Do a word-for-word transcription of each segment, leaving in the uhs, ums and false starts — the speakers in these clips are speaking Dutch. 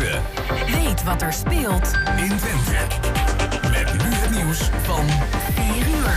Twente. Weet wat er speelt in Twente. Met nu het nieuws van vier uur.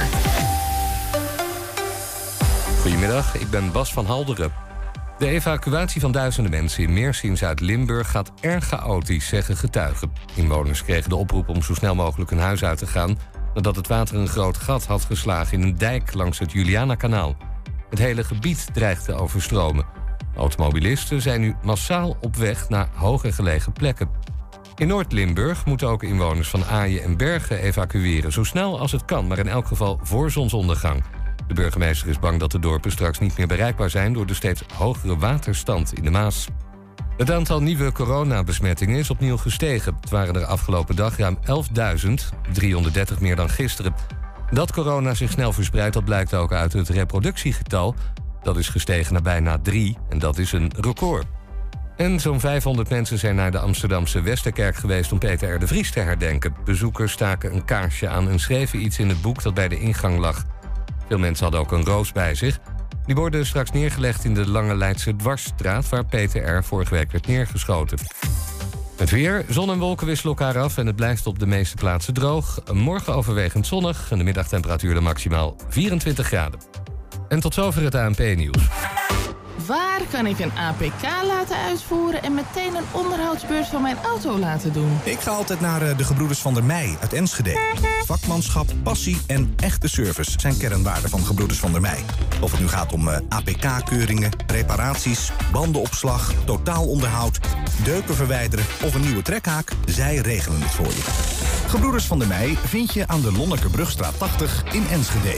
Goedemiddag, ik ben Bas van Halderen. De evacuatie van duizenden mensen in Meersen in Zuid-Limburg gaat erg chaotisch, zeggen getuigen. Inwoners kregen de oproep om zo snel mogelijk hun huis uit te gaan, nadat het water een groot gat had geslagen in een dijk langs het Julianakanaal. Het hele gebied dreigt te overstromen. Automobilisten zijn nu massaal op weg naar hoger gelegen plekken. In Noord-Limburg moeten ook inwoners van Aaien en Bergen evacueren, zo snel als het kan, maar in elk geval voor zonsondergang. De burgemeester is bang dat de dorpen straks niet meer bereikbaar zijn door de steeds hogere waterstand in de Maas. Het aantal nieuwe coronabesmettingen is opnieuw gestegen. Het waren er afgelopen dag ruim elfduizend, driehonderddertig meer dan gisteren. Dat corona zich snel verspreidt, dat blijkt ook uit het reproductiegetal. Dat is gestegen naar bijna drie en dat is een record. En zo'n vijfhonderd mensen zijn naar de Amsterdamse Westerkerk geweest om Peter R. de Vries te herdenken. Bezoekers staken een kaarsje aan en schreven iets in het boek dat bij de ingang lag. Veel mensen hadden ook een roos bij zich. Die worden straks neergelegd in de Lange Leidse Dwarsstraat, waar Peter R. vorige week werd neergeschoten. Het weer, zon en wolken wisselen elkaar af en het blijft op de meeste plaatsen droog. Morgen overwegend zonnig en de middagtemperatuur dan maximaal vierentwintig graden. En tot zover het A N P-nieuws. Waar kan ik een A P K laten uitvoeren en meteen een onderhoudsbeurt van mijn auto laten doen? Ik ga altijd naar de Gebroeders van der Meij uit Enschede. Vakmanschap, passie en echte service zijn kernwaarden van Gebroeders van der Meij. Of het nu gaat om A P K-keuringen, reparaties, bandenopslag, totaalonderhoud, deuken verwijderen of een nieuwe trekhaak, zij regelen het voor je. Gebroeders van der Meij vind je aan de Lonnekerbrugstraat tachtig in Enschede.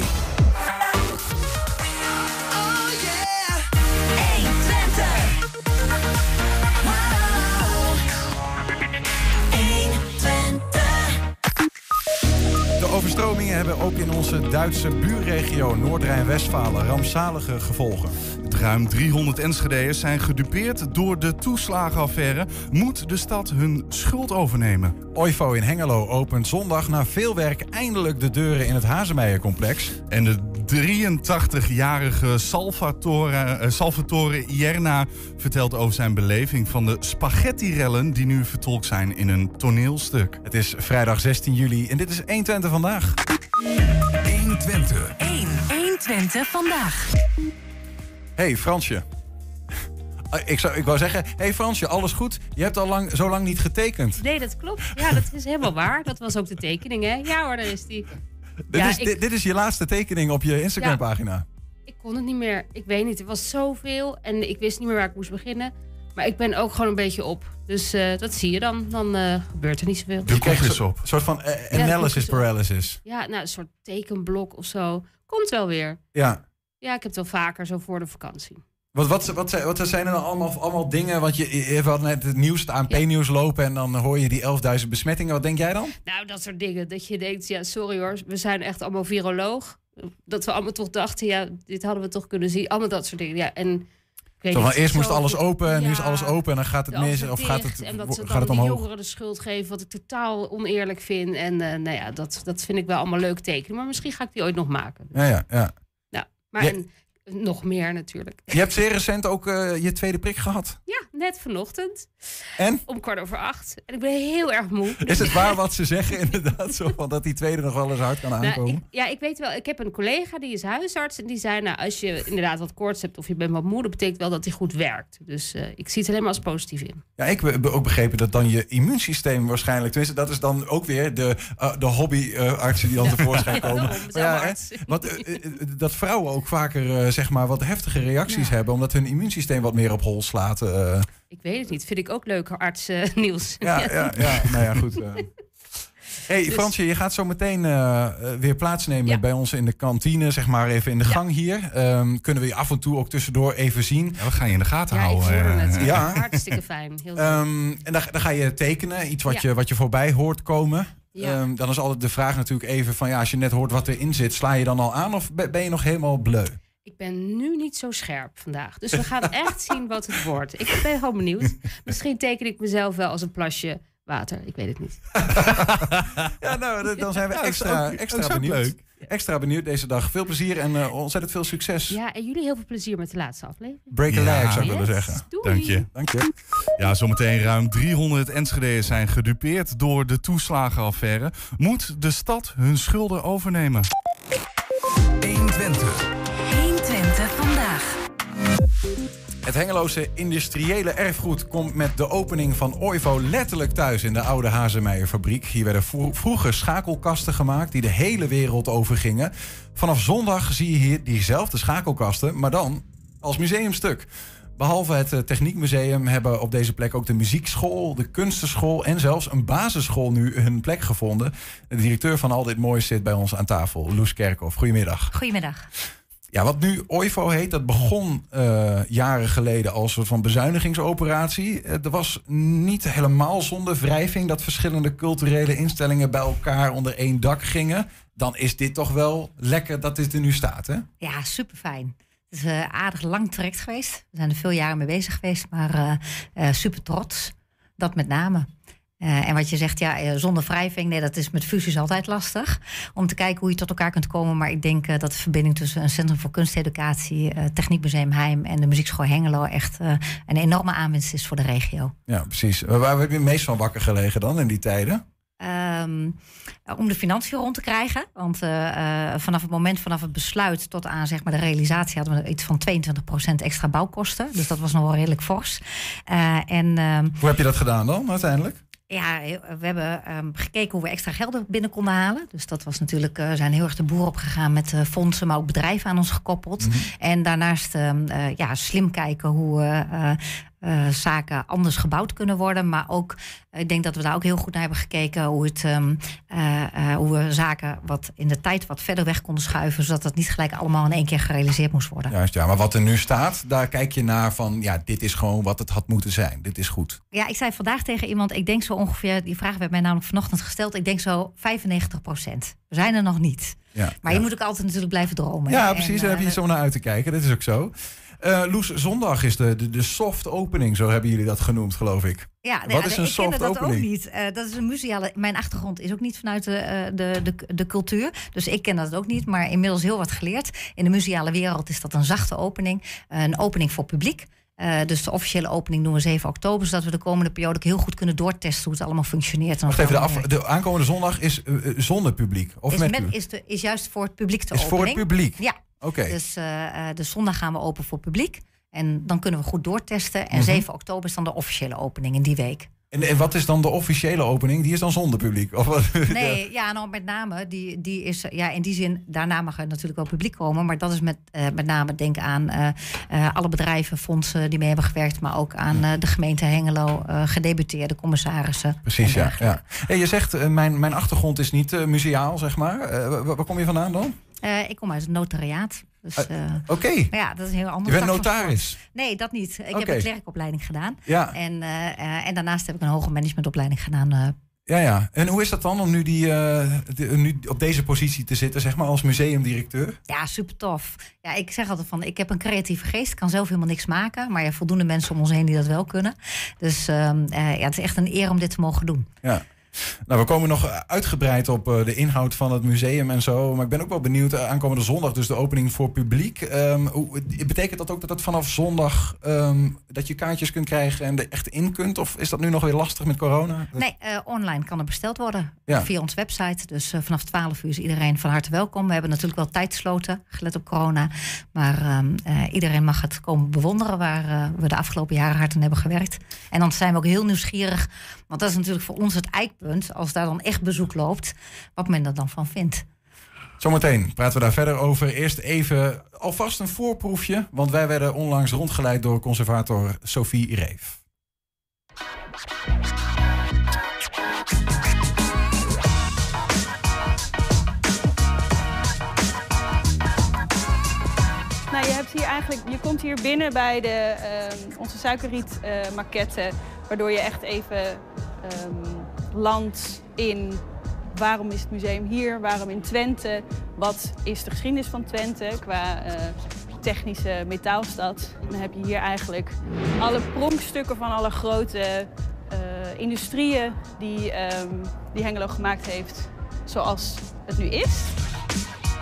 Overstromingen hebben ook in onze Duitse buurregio Noord-Rijn-Westfalen rampzalige gevolgen. Ruim driehonderd Enschedeërs zijn gedupeerd door de toeslagenaffaire. Moet de stad hun schuld overnemen? Oifo in Hengelo opent zondag na veel werk eindelijk de deuren in het Hazemeijer-complex. En de drieëntachtigjarige Salvatore, uh, Salvatore Ierna vertelt over zijn beleving van de spaghetti-rellen die nu vertolkt zijn in een toneelstuk. Het is vrijdag zestien juli en dit is één Twente vandaag. één Twente. één, één Twente vandaag. Hey Fransje. Ik, zou, ik wou zeggen, hey Fransje, alles goed? Je hebt al lang, zo lang niet getekend. Nee, dat klopt. Ja, dat is helemaal waar. Dat was ook de tekening, hè? Ja hoor, daar is die. Dit, ja, is, ik... dit, dit is je laatste tekening op je Instagram-pagina. Ja, ik kon het niet meer. Ik weet niet, er was zoveel en ik wist niet meer waar ik moest beginnen. Maar ik ben ook gewoon een beetje op. Dus uh, dat zie je dan. Dan uh, gebeurt er niet zoveel. Je krijgt een soort, soort van uh, analysis ja, paralysis. Ja, nou, een soort tekenblok of zo. Komt wel weer. Ja. Ja, ik heb het wel vaker zo voor de vakantie. Wat, wat, wat, wat zijn er dan allemaal, allemaal dingen? Want je, je had net het nieuws, het A N P-nieuws lopen en dan hoor je die elfduizend besmettingen. Wat denk jij dan? Nou, dat soort dingen. Dat je denkt, ja, sorry hoor, we zijn echt allemaal viroloog. Dat we allemaal toch dachten, ja, dit hadden we toch kunnen zien. Allemaal dat soort dingen, ja. En Zo van, eerst moest alles open en ja, nu is alles open en dan gaat het mis of gaat het, en dat ze gaat het dan omhoog. de jongeren de schuld geven, wat ik totaal oneerlijk vind. En uh, nou ja, dat, dat vind ik wel allemaal leuk tekenen. Maar misschien ga ik die ooit nog maken. Dus. Ja, ja, ja. Nou, maar ja. en, nog meer natuurlijk. Je hebt zeer recent ook uh, je tweede prik gehad. Ja, net vanochtend. En? Om kwart over acht. En ik ben heel erg moe. Is het waar wat ze zeggen inderdaad? Zo, van dat die tweede nog wel eens hard kan aankomen? Nou, ik, ja, ik weet wel. Ik heb een collega die is huisarts. En die zei, nou, als je inderdaad wat koorts hebt of je bent wat moe, dat betekent wel dat hij goed werkt. Dus uh, ik zie het alleen maar als positief in. Ja, ik heb ook begrepen dat dan je immuunsysteem waarschijnlijk, tenminste dat is dan ook weer de, uh, de hobbyartsen uh, die dan ja. tevoorschijn komen. Ja, daarom, ja, hè, want uh, uh, dat vrouwen ook vaker uh, zeg maar wat heftige reacties ja. hebben, omdat hun immuunsysteem wat meer op hol slaat. Uh. Ik weet het niet. Vind ik ook leuk, arts uh, nieuws. Ja, ja, ja, nou ja, goed. Uh. Hey dus... Fransje, je gaat zo meteen uh, weer plaatsnemen ja. bij ons in de kantine, zeg maar even in de ja. gang hier. Um, kunnen we je af en toe ook tussendoor even zien? Ja, we gaan je in de gaten ja, houden. Ik voel het. Ja, hartstikke fijn. Heel um, en dan, dan ga je tekenen, iets wat, ja. je, wat je voorbij hoort komen. Ja. Um, dan is altijd de vraag natuurlijk even van, ja, als je net hoort wat erin zit, sla je dan al aan of ben je nog helemaal bleu? Ik ben nu niet zo scherp vandaag. Dus we gaan echt zien wat het wordt. Ik ben gewoon benieuwd. Misschien teken ik mezelf wel als een plasje water. Ik weet het niet. Ja, nou, dan zijn we ja, extra, ook, extra benieuwd. Leuk. Extra benieuwd deze dag. Veel plezier en uh, ontzettend veel succes. Ja, en jullie heel veel plezier met de laatste aflevering. Break a Ja. leg, zou ik Yes. willen zeggen. Doei. Dank je. Dank je. Ja, zometeen ruim driehonderd Enschede'ers zijn gedupeerd door de toeslagenaffaire. Moet de stad hun schulden overnemen? honderdtwintig. honderdtwintig vandaag. Het Hengeloze industriële erfgoed komt met de opening van Oivo letterlijk thuis in de oude Hazemeyer-fabriek. Hier werden vro- vroeger schakelkasten gemaakt die de hele wereld overgingen. Vanaf zondag zie je hier diezelfde schakelkasten, maar dan als museumstuk. Behalve het uh, Techniekmuseum hebben op deze plek ook de muziekschool, de kunstenschool en zelfs een basisschool nu hun plek gevonden. De directeur van Al dit moois zit bij ons aan tafel, Loes Kerkhoff. Goedemiddag. Goedemiddag. Ja, wat nu Oivo heet, dat begon uh, jaren geleden als een soort van bezuinigingsoperatie. Uh, er was niet helemaal zonder wrijving dat verschillende culturele instellingen bij elkaar onder één dak gingen. Dan is dit toch wel lekker dat dit er nu staat, hè? Ja, super fijn. Het is een uh, aardig lang traject geweest. We zijn er veel jaren mee bezig geweest, maar uh, uh, super trots. Dat met name. Uh, en wat je zegt, ja, uh, zonder wrijving, nee, dat is met fusies altijd lastig. Om te kijken hoe je tot elkaar kunt komen. Maar ik denk uh, dat de verbinding tussen een Centrum voor Kunsteducatie, uh, Techniekmuseum Heim en de Muziekschool Hengelo echt uh, een enorme aanwinst is voor de regio. Ja, precies. Waar heb je het meest van wakker gelegen dan in die tijden? Um, om de financiën rond te krijgen. Want uh, uh, vanaf het moment, vanaf het besluit tot aan zeg maar, de realisatie hadden we iets van tweeëntwintig procent extra bouwkosten. Dus dat was nog wel redelijk fors. Uh, en, um, Hoe heb je dat gedaan dan uiteindelijk? Ja, we hebben um, gekeken hoe we extra gelden binnen konden halen. Dus dat was natuurlijk, uh, zijn heel erg de boer opgegaan met uh, fondsen, maar ook bedrijven aan ons gekoppeld. Mm-hmm. En daarnaast um, uh, ja, slim kijken hoe we uh, uh, zaken anders gebouwd kunnen worden. Maar ook, uh, ik denk dat we daar ook heel goed naar hebben gekeken hoe, het, um, uh, uh, hoe we zaken wat in de tijd wat verder weg konden schuiven, zodat dat niet gelijk allemaal in één keer gerealiseerd moest worden. Juist, ja, maar wat er nu staat, daar kijk je naar van, ja, dit is gewoon wat het had moeten zijn. Dit is goed. Ja, ik zei vandaag tegen iemand, ik denk zo ongeveer, die vraag werd mij namelijk vanochtend gesteld, ik denk zo vijfennegentig procent. We zijn er nog niet. Ja, maar ja. je moet ook altijd natuurlijk blijven dromen. Ja, precies, en, daar heb je uh, zo naar uit te kijken. Dat is ook zo. Uh, Loes, zondag is de, de, de soft opening, zo hebben jullie dat genoemd, geloof ik. Ja, Wat ja, is een ik soft ken dat opening? ook niet. Uh, dat is een museale. Mijn achtergrond is ook niet vanuit de, de, de, de cultuur. Dus ik ken dat ook niet, maar inmiddels heel wat geleerd. In de museale wereld is dat een zachte opening. Uh, een opening voor publiek. Uh, dus de officiële opening doen we zeven oktober... zodat we de komende periode ook heel goed kunnen doortesten hoe het allemaal functioneert. Wacht even, de, af, de aankomende zondag is uh, zonder publiek? Of is met, met, u? is, de, is juist voor het publiek de is opening. voor het publiek? Ja. Oké. Okay. Dus uh, uh, de zondag gaan we open voor publiek. En dan kunnen we goed doortesten. En mm-hmm. zeven oktober is dan de officiële opening in die week. En, en wat is dan de officiële opening? Die is dan zonder publiek? Of wat? Nee, ja, nou met name, die, die is, ja, in die zin, daarna mag er natuurlijk wel publiek komen. Maar dat is met, uh, met name, denk aan uh, uh, alle bedrijven, fondsen die mee hebben gewerkt. Maar ook aan uh, de gemeente Hengelo, uh, gedeputeerde commissarissen. Precies, ja. ja. Hey, je zegt, uh, mijn, mijn achtergrond is niet uh, museaal, zeg maar. Uh, waar, waar kom je vandaan dan? Uh, ik kom uit het notariaat. Dus, uh, Oké. Okay. Ja, dat is een heel ander. Je bent notaris? Nee, dat niet. Ik okay. heb een klerkopleiding gedaan. Ja. En, uh, uh, en daarnaast heb ik een hoge managementopleiding gedaan. Uh, Ja, ja. En hoe is dat dan om nu, die, uh, de, nu op deze positie te zitten, zeg maar, als museumdirecteur? Ja, super tof. Ja, ik zeg altijd van, ik heb een creatieve geest. Ik kan zelf helemaal niks maken. Maar je hebt voldoende mensen om ons heen die dat wel kunnen. Dus uh, uh, ja, het is echt een eer om dit te mogen doen. Ja. Nou, we komen nog uitgebreid op uh, de inhoud van het museum en zo. Maar ik ben ook wel benieuwd, uh, aankomende zondag dus de opening voor publiek. Um, hoe, betekent dat ook dat het vanaf zondag um, dat je kaartjes kunt krijgen en er echt in kunt? Of is dat nu nog weer lastig met corona? Nee, uh, online kan er besteld worden ja. via onze website. Dus uh, vanaf twaalf uur is iedereen van harte welkom. We hebben natuurlijk wel tijdsloten, gelet op corona. Maar um, uh, iedereen mag het komen bewonderen waar uh, we de afgelopen jaren hard aan hebben gewerkt. En dan zijn we ook heel nieuwsgierig. Want dat is natuurlijk voor ons het eikpunt, als daar dan echt bezoek loopt, wat men er dan van vindt. Zometeen praten we daar verder over. Eerst even alvast een voorproefje, want wij werden onlangs rondgeleid door conservator Sophie Reef. Nou, je hebt hier eigenlijk, je komt hier binnen bij de, uh, onze suikerriet uh, maquette, waardoor je echt even um, landt in waarom is het museum hier, waarom in Twente, wat is de geschiedenis van Twente qua uh, technische metaalstad. En dan heb je hier eigenlijk alle pronkstukken van alle grote uh, industrieën die, um, die Hengelo gemaakt heeft zoals het nu is.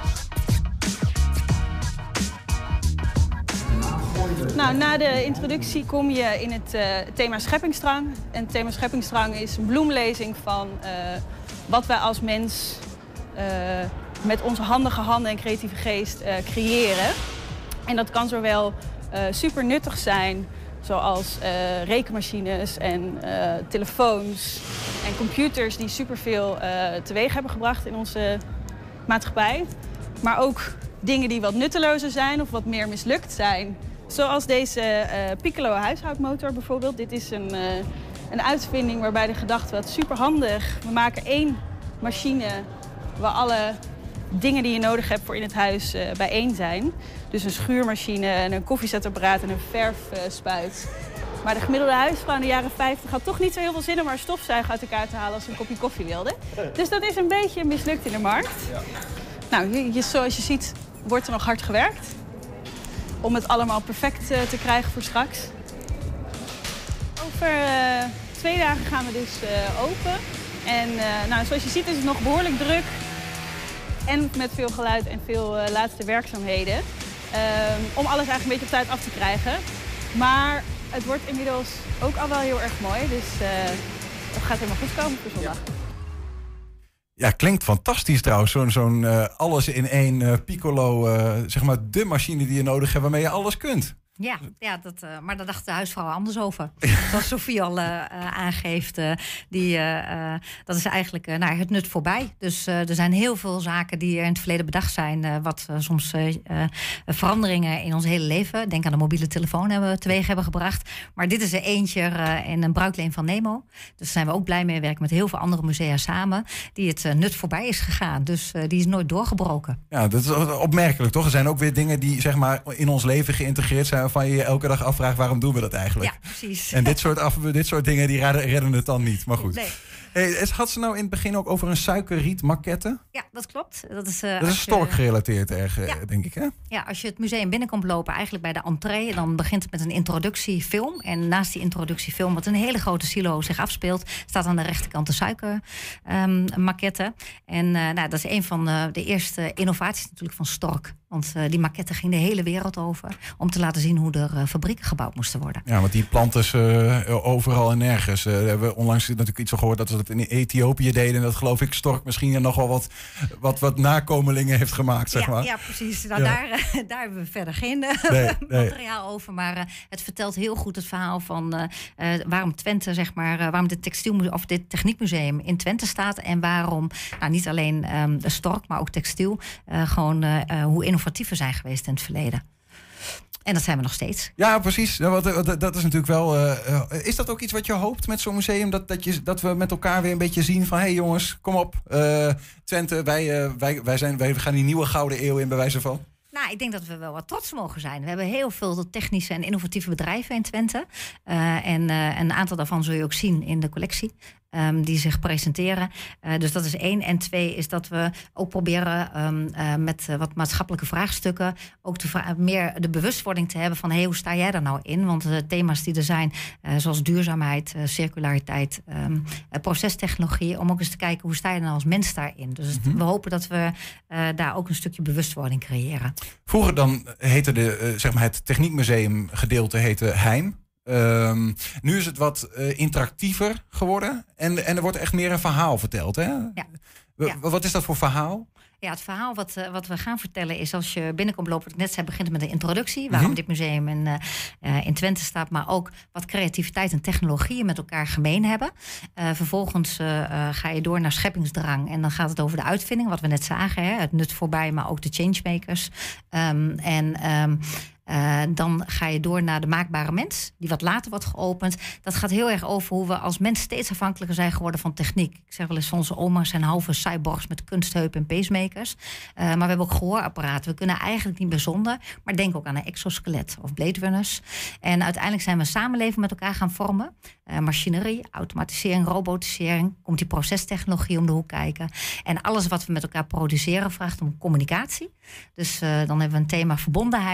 Nou, na de introductie kom je in het uh, thema scheppingsdrang. En het thema scheppingsdrang is een bloemlezing van uh, wat wij als mens uh, met onze handige handen en creatieve geest uh, creëren. En dat kan zowel uh, super nuttig zijn, zoals uh, rekenmachines en uh, telefoons en computers die superveel uh, teweeg hebben gebracht in onze maatschappij. Maar ook dingen die wat nuttelozer zijn of wat meer mislukt zijn. Zoals deze uh, Piccolo huishoudmotor bijvoorbeeld. Dit is een, uh, een uitvinding waarbij de gedachte was superhandig. We maken één machine waar alle dingen die je nodig hebt voor in het huis uh, bijeen zijn. Dus een schuurmachine, en een koffiezetapparaat en een verfspuit. Maar de gemiddelde huisvrouw in de jaren vijftig had toch niet zo heel veel zin om haar stofzuiger uit elkaar te halen als ze een kopje koffie wilde. Dus dat is een beetje mislukt in de markt. Ja. Nou, je, zoals je ziet wordt er nog hard gewerkt om het allemaal perfect uh, te krijgen voor straks. Over uh, twee dagen gaan we dus uh, open. En uh, nou, zoals je ziet is het nog behoorlijk druk. En met veel geluid en veel uh, laatste werkzaamheden. Uh, om alles eigenlijk een beetje op tijd af te krijgen. Maar het wordt inmiddels ook al wel heel erg mooi. Dus uh, het gaat helemaal goed komen voor zondag. Ja. Ja, klinkt fantastisch trouwens. Zo'n zo'n uh, alles in één uh, Piccolo, uh, zeg maar de machine die je nodig hebt waarmee je alles kunt. Ja, ja dat, uh, maar daar dacht de huisvrouw anders over. Zoals Sophie al uh, uh, aangeeft, uh, die, uh, uh, dat is eigenlijk uh, nou, het nut voorbij. Dus uh, er zijn heel veel zaken die er in het verleden bedacht zijn, uh, wat uh, soms uh, uh, veranderingen in ons hele leven, denk aan de mobiele telefoon, hebben we teweeg hebben gebracht. Maar dit is er eentje uh, in een bruikleen van Nemo. Dus daar zijn we ook blij mee. We werken met heel veel andere musea samen, die het uh, nut voorbij is gegaan. Dus uh, die is nooit doorgebroken. Ja, dat is opmerkelijk toch? Er zijn ook weer dingen die zeg maar in ons leven geïntegreerd zijn, waarvan je je elke dag afvraagt, waarom doen we dat eigenlijk? Ja, precies. En dit soort, af, dit soort dingen die redden, redden het dan niet, maar goed. Nee. Hey, had ze nou in het begin ook over een suikerriet maquette? Ja, dat klopt. Dat is, uh, dat is storkgerelateerd erg, ja. denk ik, hè? Ja, als je het museum binnenkomt lopen, eigenlijk bij de entree, dan begint het met een introductiefilm. En naast die introductiefilm, wat een hele grote silo zich afspeelt, staat aan de rechterkant de suikermaquette. Um, en uh, nou, dat is een van uh, de eerste innovaties natuurlijk van Stork. Want uh, die maquette ging de hele wereld over om te laten zien hoe er uh, fabrieken gebouwd moesten worden. Ja, want die planten uh, overal en nergens. Uh, we hebben onlangs natuurlijk iets van gehoord dat ze dat in Ethiopië deden. En dat geloof ik Stork misschien nog wel wat, wat, wat nakomelingen heeft gemaakt, zeg ja, maar. Ja, precies. Nou, ja. Daar, uh, daar hebben we verder geen uh, nee, materiaal nee. over. Maar uh, het vertelt heel goed het verhaal van uh, uh, waarom Twente, zeg maar, uh, waarom dit textiel of dit techniekmuseum in Twente staat. En waarom nou, niet alleen um, de Stork, maar ook textiel, uh, gewoon uh, uh, hoe innovatief we zijn geweest in het verleden. En dat zijn we nog steeds. Ja, precies. Dat, dat, dat is natuurlijk wel. Uh, uh, is dat ook iets wat je hoopt met zo'n museum? Dat, dat, je, dat we met elkaar weer een beetje zien van, hé hey jongens, kom op. Uh, Twente, wij, uh, wij, wij, zijn, wij gaan die nieuwe gouden eeuw in, bij wijze van. Nou, ik denk dat we wel wat trots mogen zijn. We hebben heel veel technische en innovatieve bedrijven in Twente. Uh, en uh, een aantal daarvan zul je ook zien in de collectie. Um, die zich presenteren. Uh, dus dat is één. En twee is dat we ook proberen um, uh, met uh, wat maatschappelijke vraagstukken ook te vra- meer de bewustwording te hebben van hey, hoe sta jij daar nou in? Want de thema's die er zijn, uh, zoals duurzaamheid, uh, circulariteit, um, uh, procestechnologie, om ook eens te kijken hoe sta je dan als mens daarin. Dus mm-hmm. we hopen dat we uh, daar ook een stukje bewustwording creëren. Vroeger dan heette de, uh, zeg maar het Techniekmuseum gedeelte heette Heim. Um, nu is het wat uh, interactiever geworden. En, en er wordt echt meer een verhaal verteld. Hè? Ja. W- ja. Wat is dat voor verhaal? Ja, het verhaal wat, uh, wat we gaan vertellen is als je binnenkomt lopen, wat ik net zei, begint met een introductie. Waarom mm-hmm. dit museum in, uh, uh, in Twente staat, maar ook wat creativiteit en technologieën met elkaar gemeen hebben. Uh, vervolgens uh, uh, ga je door naar scheppingsdrang en dan gaat het over de uitvinding, wat we net zagen. Hè? Het nut voorbij, maar ook de changemakers. Um, en um, Uh, dan ga je door naar de maakbare mens, die wat later wordt geopend. Dat gaat heel erg over hoe we als mens steeds afhankelijker zijn geworden van techniek. Ik zeg wel eens, onze oma's zijn halve cyborgs met kunstheupen en pacemakers. Uh, maar we hebben ook gehoorapparaten. We kunnen eigenlijk niet meer zonder. Maar denk ook aan een exoskelet of Blade Runners. En uiteindelijk zijn we een samenleving met elkaar gaan vormen. Uh, machinerie, automatisering, robotisering. Komt die procestechnologie om de hoek kijken. En alles wat we met elkaar produceren vraagt om communicatie. Dus uh, dan hebben we een thema verbondenheid.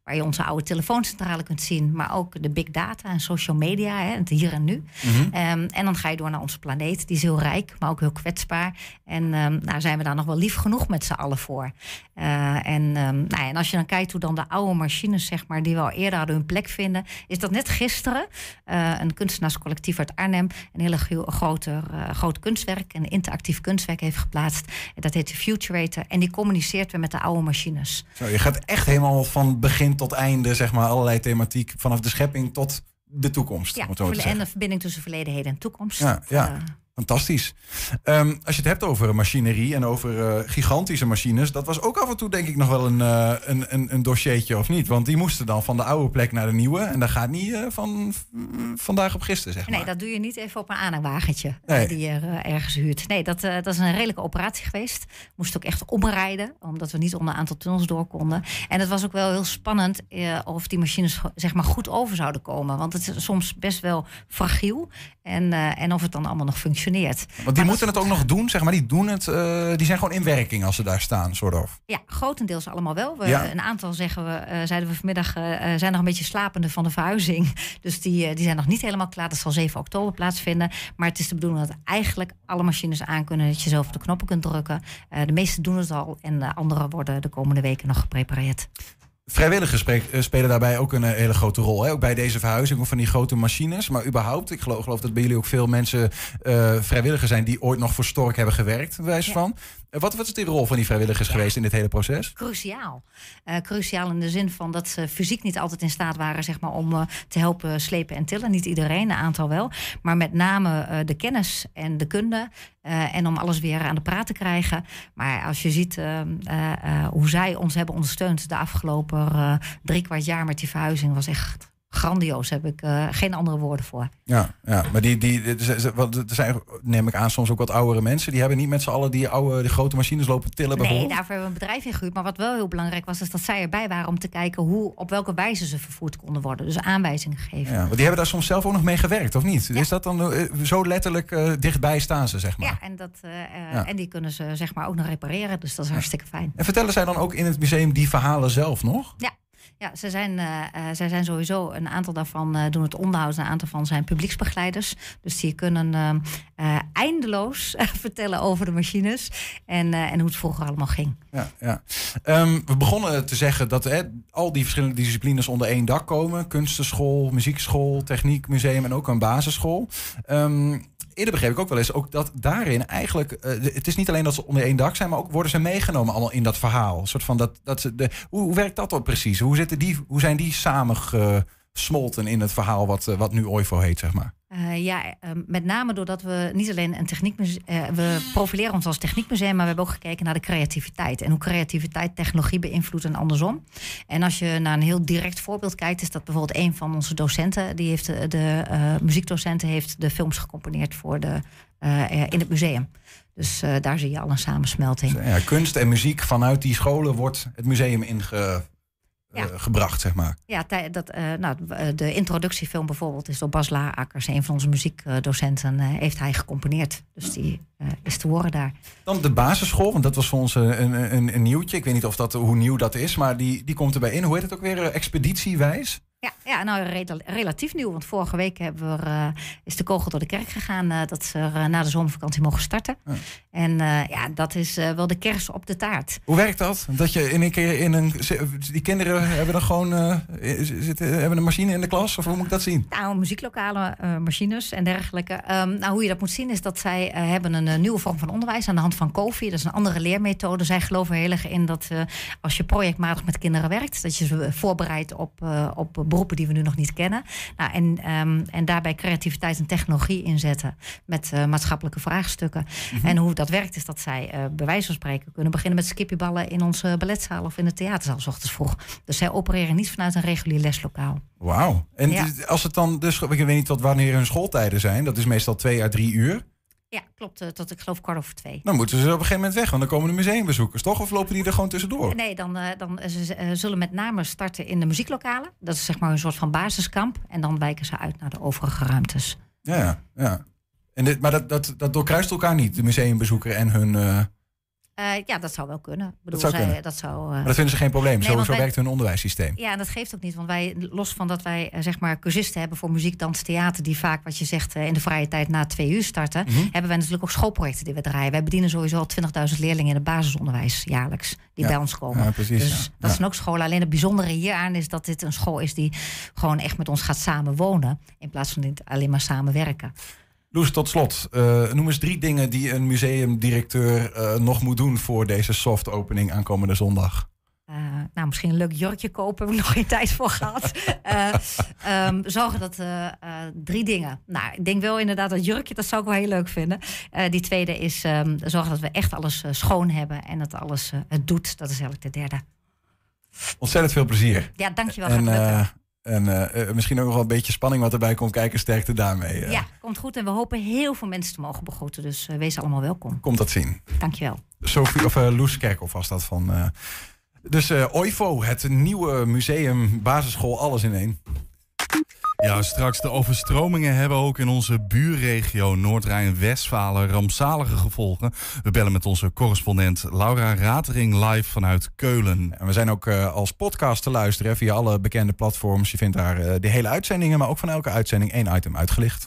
waar je onze oude telefooncentrale kunt zien, maar ook de big data en social media, hè, het hier en nu. Mm-hmm. Um, en dan ga je door naar onze planeet. Die is heel rijk, maar ook heel kwetsbaar. En um, nou, zijn we daar nog wel lief genoeg met z'n allen voor. Uh, en, um, nou ja, en als je dan kijkt hoe dan de oude machines, zeg maar, die we al eerder hadden hun plek vinden, is dat net gisteren uh, een kunstenaarscollectief uit Arnhem een hele gro- grote, uh, groot kunstwerk, een interactief kunstwerk heeft geplaatst. Dat heet de Futurator. En die communiceert weer met de oude machines. Zo, je gaat echt helemaal van begin tot einde, zeg maar, allerlei thematiek, vanaf de schepping tot de toekomst. Ja, om het zo te en zeggen. de verbinding tussen verleden, heden en toekomst. Ja, ja. Uh, Fantastisch. Um, als je het hebt over machinerie en over uh, gigantische machines, dat was ook af en toe denk ik nog wel een, uh, een, een, een dossiertje, of niet? Want die moesten dan van de oude plek naar de nieuwe. En dat gaat niet uh, van uh, vandaag op gisteren, zeg maar. Nee, dat doe je niet even op een aanhangwagentje Nee. uh, die je uh, ergens huurt. Nee, dat, uh, dat is een redelijke operatie geweest. Moest ook echt omrijden, omdat we niet onder een aantal tunnels door konden. En het was ook wel heel spannend uh, of die machines zeg maar goed over zouden komen. Want het is soms best wel fragiel. En, uh, en of het dan allemaal nog functioneert. Want die moeten het ook nog doen, zeg maar. Die, doen het, uh, die zijn gewoon in werking als ze daar staan, soort of. Ja, grotendeels allemaal wel. We, Ja. Een aantal zeggen we, uh, zeiden we vanmiddag, uh, zijn nog een beetje slapende van de verhuizing. Dus die, uh, die zijn nog niet helemaal klaar. Dat zal zeven oktober plaatsvinden. Maar het is de bedoeling dat eigenlijk alle machines aankunnen, dat je zelf op de knoppen kunt drukken. Uh, de meesten doen het al en de anderen worden de komende weken nog geprepareerd. Vrijwilligers spreek, uh, spelen daarbij ook een uh, hele grote rol. Hè? Ook bij deze verhuizing of van die grote machines. Maar überhaupt, ik geloof, geloof dat bij jullie ook veel mensen uh, vrijwilligers zijn die ooit nog voor Stork hebben gewerkt, bij wijze Ja. van. Uh, wat, wat is de rol van die vrijwilligers Ja. geweest in dit hele proces? Cruciaal. Uh, cruciaal in de zin van dat ze fysiek niet altijd in staat waren, zeg maar, om uh, te helpen slepen en tillen. Niet iedereen, een aantal wel. Maar met name uh, de kennis en de kunde. Uh, en om alles weer aan de praat te krijgen. Maar als je ziet uh, uh, uh, hoe zij ons hebben ondersteund de afgelopen uh, drie kwart jaar met die verhuizing, was echt grandioos. Daar heb ik uh, geen andere woorden voor. Ja, ja, maar die, die, er zijn, neem ik aan, soms ook wat oudere mensen. Die hebben niet met z'n allen die oude, die grote machines lopen tillen Nee, bijvoorbeeld. daarvoor hebben we een bedrijf ingehuurd. Maar wat wel heel belangrijk was, is dat zij erbij waren om te kijken hoe, op welke wijze ze vervoerd konden worden. Dus aanwijzingen geven. Ja, want die hebben daar soms zelf ook nog mee gewerkt, of niet? Ja. Is dat dan uh, zo letterlijk uh, dichtbij staan ze, zeg maar? Ja, en, dat, uh, uh, Ja. en die kunnen ze zeg maar ook nog repareren. Dus dat is hartstikke fijn. En vertellen zij dan ook in het museum die verhalen zelf nog? Ja. Ja, ze zijn, uh, uh, zij zijn sowieso, een aantal daarvan uh, doen het onderhoud, een aantal van zijn publieksbegeleiders. Dus die kunnen uh, uh, eindeloos uh, vertellen over de machines en, uh, en hoe het vroeger allemaal ging. Ja, ja. Um, we begonnen te zeggen dat hè, al die verschillende disciplines onder één dak komen. Kunstenschool, muziekschool, techniekmuseum en ook een basisschool. Um, Eerder begreep ik ook wel eens ook dat daarin eigenlijk, uh, het is niet alleen dat ze onder één dak zijn, maar ook worden ze meegenomen allemaal in dat verhaal. Een soort van dat, dat ze de, hoe, hoe werkt dat dan precies? Hoe, zitten die, hoe zijn die samengesmolten in het verhaal wat, uh, wat nu O I V O heet, zeg maar? Uh, ja, uh, met name doordat we niet alleen een techniekmuseum, uh, we profileren ons als techniekmuseum, maar we hebben ook gekeken naar de creativiteit en hoe creativiteit technologie beïnvloedt en andersom. En als je naar een heel direct voorbeeld kijkt, is dat bijvoorbeeld een van onze docenten, die heeft de, de uh, muziekdocenten heeft de films gecomponeerd voor de uh, in het museum. Dus uh, daar zie je al een samensmelting. Dus, ja, kunst en muziek vanuit die scholen wordt het museum inge Ja. Uh, gebracht, zeg maar. Ja, dat, uh, nou, de introductiefilm bijvoorbeeld is door Bas Laakkers, een van onze muziekdocenten, uh, heeft hij gecomponeerd. Dus die uh, is te horen daar. Dan de basisschool, want dat was voor ons een, een, een nieuwtje. Ik weet niet of dat, hoe nieuw dat is, maar die, die komt erbij in. Hoe heet het ook weer? Expeditiewijs? Ja, ja, nou relatief nieuw. Want vorige week hebben we, uh, is de kogel door de kerk gegaan uh, dat ze er uh, na de zomervakantie mogen starten. Ja. En uh, ja, dat is uh, wel de kers op de taart. Hoe werkt dat? Dat je in een keer in een. Die kinderen hebben dan gewoon uh, zitten, hebben een machine in de klas? Of hoe moet ik dat zien? Nou, muzieklokale uh, machines en dergelijke. Um, nou, hoe je dat moet zien is dat zij uh, hebben een uh, nieuwe vorm van onderwijs aan de hand van Kofi. Dat is een andere leermethode. Zij geloven heel erg in dat uh, als je projectmatig met kinderen werkt, dat je ze voorbereidt op, uh, op beroepen die we nu nog niet kennen. Nou, en, um, en daarbij creativiteit en technologie inzetten met uh, maatschappelijke vraagstukken. Mm-hmm. En hoe dat werkt is dat zij uh, bij wijze van spreken kunnen beginnen met skipjeballen in onze balletzaal of in de theaterzaal 's ochtends vroeg. Dus zij opereren niet vanuit een regulier leslokaal. Wauw. En ja. als het dan dus, ik weet niet tot wanneer hun schooltijden zijn, dat is meestal twee à drie uur. Ja, klopt. Uh, tot ik geloof kwart over twee. Dan moeten ze op een gegeven moment weg, want dan komen de museumbezoekers, toch? Of lopen die er gewoon tussendoor? Nee, dan, uh, dan uh, ze uh, zullen met name starten in de muzieklokalen. Dat is zeg maar een soort van basiskamp. En dan wijken ze uit naar de overige ruimtes. Ja, ja. En dit, maar dat, dat, dat doorkruist elkaar niet, de museumbezoeker en hun... Uh... Uh, ja, dat zou wel kunnen. Ik bedoel, dat zou zij, kunnen. Dat zou, uh... Maar dat vinden ze geen probleem. Nee, zo zo wij... werkt hun onderwijssysteem. Ja, en dat geeft ook niet. Want wij, los van dat wij uh, zeg maar cursisten hebben voor muziek, dans, theater, die vaak, wat je zegt, uh, in de vrije tijd na twee uur starten, mm-hmm. hebben wij natuurlijk ook schoolprojecten die we draaien. Wij bedienen sowieso al twintigduizend leerlingen in het basisonderwijs jaarlijks die ja. bij ons komen. Ja, precies, dus ja. dat ja. zijn ook scholen. Alleen het bijzondere hieraan is dat dit een school is die gewoon echt met ons gaat samenwonen, in plaats van dit alleen maar samenwerken. Loes, tot slot, uh, noem eens drie dingen die een museumdirecteur uh, nog moet doen voor deze soft opening aankomende zondag. Uh, nou, misschien een leuk jurkje kopen, heb ik nog geen tijd voor gehad. uh, um, zorgen dat uh, uh, drie dingen. Nou, ik denk wel inderdaad dat jurkje, dat zou ik wel heel leuk vinden. Uh, die tweede is um, zorgen dat we echt alles uh, schoon hebben en dat alles uh, het doet. Dat is eigenlijk de derde. Ontzettend veel plezier. Ja, dankjewel. En, uh, en uh, uh, misschien ook nog wel een beetje spanning wat erbij komt kijken. Sterkte daarmee. Uh. Ja, komt goed. En we hopen heel veel mensen te mogen begroeten. Dus uh, wees allemaal welkom. Komt dat zien. Dankjewel. Sophie, of uh, Loes Kerkhoff was dat van... Uh, dus uh, O I V O, het nieuwe museum, basisschool, alles in één. Ja, straks de overstromingen hebben ook in onze buurregio Noord-Rijn-Westfalen rampzalige gevolgen. We bellen met onze correspondent Laura Ratering live vanuit Keulen. En we zijn ook uh, als podcast te luisteren via alle bekende platforms. Je vindt daar uh, de hele uitzendingen, maar ook van elke uitzending één item uitgelicht.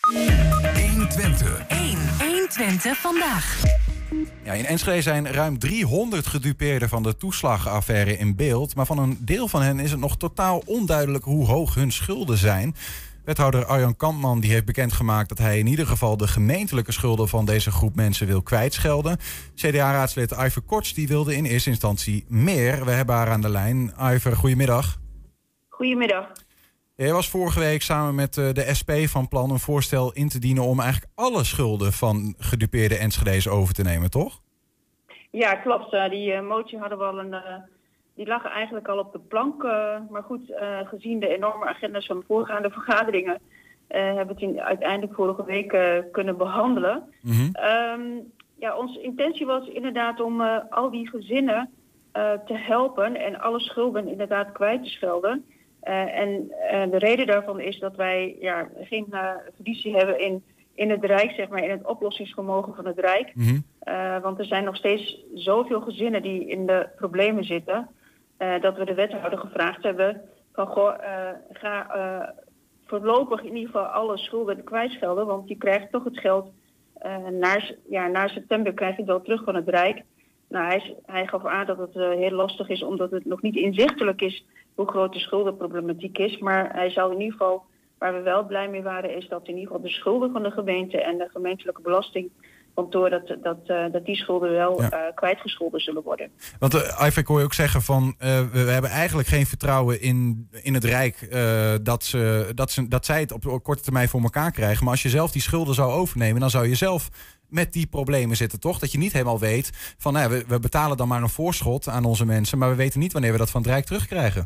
honderdtwintig. honderdtwintig vandaag. Ja, in Enschede zijn ruim driehonderd gedupeerden van de toeslagenaffaire in beeld. Maar van een deel van hen is het nog totaal onduidelijk hoe hoog hun schulden zijn. Wethouder Arjan Kampman die heeft bekendgemaakt dat hij in ieder geval de gemeentelijke schulden van deze groep mensen wil kwijtschelden. C D A-raadslid Iver Korts die wilde in eerste instantie meer. We hebben haar aan de lijn. Iver, goedemiddag. Goedemiddag. Jij was vorige week samen met de S P van plan een voorstel in te dienen om eigenlijk alle schulden van gedupeerde Enschede's over te nemen, toch? Ja, klopt. Uh, die uh, motie hadden we al een, uh, die lag eigenlijk al op de plank. Uh, maar goed, uh, gezien de enorme agenda's van de voorgaande vergaderingen, uh, hebben we het in, uiteindelijk vorige week uh, kunnen behandelen. Mm-hmm. Um, ja, onze intentie was inderdaad om uh, al die gezinnen uh, te helpen en alle schulden inderdaad kwijt te schelden. Uh, en uh, de reden daarvan is dat wij ja, geen uh, fiducie hebben in, in het Rijk, zeg maar, in het oplossingsvermogen van het Rijk. Mm-hmm. Uh, want er zijn nog steeds zoveel gezinnen die in de problemen zitten, uh, dat we de wethouder gevraagd hebben van goh, uh, ga uh, voorlopig in ieder geval alle schulden kwijtschelden, want je krijgt toch het geld, uh, naar, ja, na september krijg je het wel terug van het Rijk. Nou, hij, hij gaf aan dat het uh, heel lastig is omdat het nog niet inzichtelijk is hoe groot de schuldenproblematiek is. Maar hij zou in ieder geval, waar we wel blij mee waren, is dat in ieder geval de schulden van de gemeente en de gemeentelijke belastingkantoor, dat, dat, uh, dat die schulden wel ja. uh, kwijtgescholden zullen worden. Want uh, Iver, kon je ook zeggen van, uh, we, we hebben eigenlijk geen vertrouwen in, in het Rijk uh, dat, ze, dat, ze, dat zij het op korte termijn voor elkaar krijgen. Maar als je zelf die schulden zou overnemen, dan zou je zelf met die problemen zitten, toch? Dat je niet helemaal weet van, nou, we, we betalen dan maar een voorschot aan onze mensen, maar we weten niet wanneer we dat van het Rijk terugkrijgen.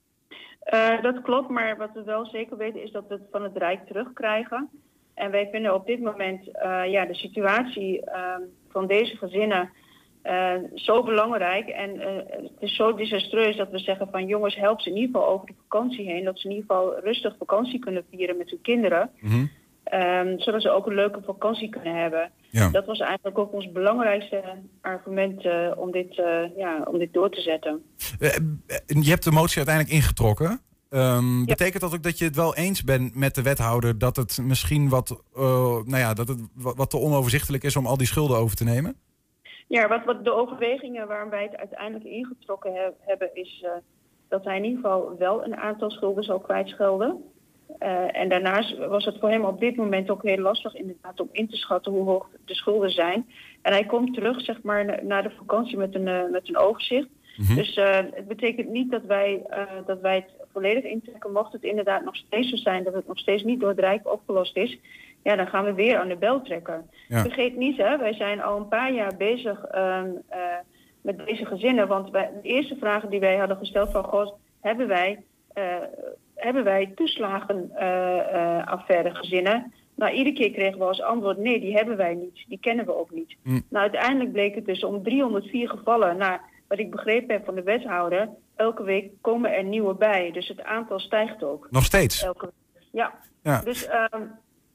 Uh, dat klopt, maar wat we wel zeker weten is dat we het van het Rijk terugkrijgen. En wij vinden op dit moment uh, ja, de situatie uh, van deze gezinnen uh, zo belangrijk. En uh, het is zo desastreus dat we zeggen van jongens, help ze in ieder geval over de vakantie heen. Dat ze in ieder geval rustig vakantie kunnen vieren met hun kinderen. Mm-hmm. Um, zodat ze ook een leuke vakantie kunnen hebben. Ja. Dat was eigenlijk ook ons belangrijkste argument uh, om, dit, uh, ja, om dit door te zetten. Uh, je hebt de motie uiteindelijk ingetrokken. Um, ja. Betekent dat ook dat je het wel eens bent met de wethouder dat het misschien wat, uh, nou ja, dat het wat te onoverzichtelijk is om al die schulden over te nemen? Ja, wat, wat de overwegingen waarom wij het uiteindelijk ingetrokken he- hebben is uh, dat hij in ieder geval wel een aantal schulden zal kwijtschelden. Uh, en daarnaast was het voor hem op dit moment ook heel lastig inderdaad om in te schatten hoe hoog de schulden zijn. En hij komt terug, zeg maar, na, na de vakantie met een, uh, met een overzicht. Mm-hmm. Dus uh, het betekent niet dat wij, uh, dat wij het volledig intrekken. Mocht het inderdaad nog steeds zo zijn dat het nog steeds niet door het Rijk opgelost is, ja, dan gaan we weer aan de bel trekken. Ja. Vergeet niet, hè, wij zijn al een paar jaar bezig uh, uh, met deze gezinnen. Want wij, de eerste vragen die wij hadden gesteld van, goh, hebben wij... Uh, hebben wij toeslagenaffaire uh, uh, gezinnen? Nou, iedere keer kregen we als antwoord, nee, die hebben wij niet. Die kennen we ook niet. Mm. Nou, uiteindelijk bleek het dus om driehonderdvier gevallen. Nou, wat ik begrepen heb van de wethouder, elke week komen er nieuwe bij. Dus het aantal stijgt ook. Nog steeds? Elke week. Ja. Ja. Dus uh,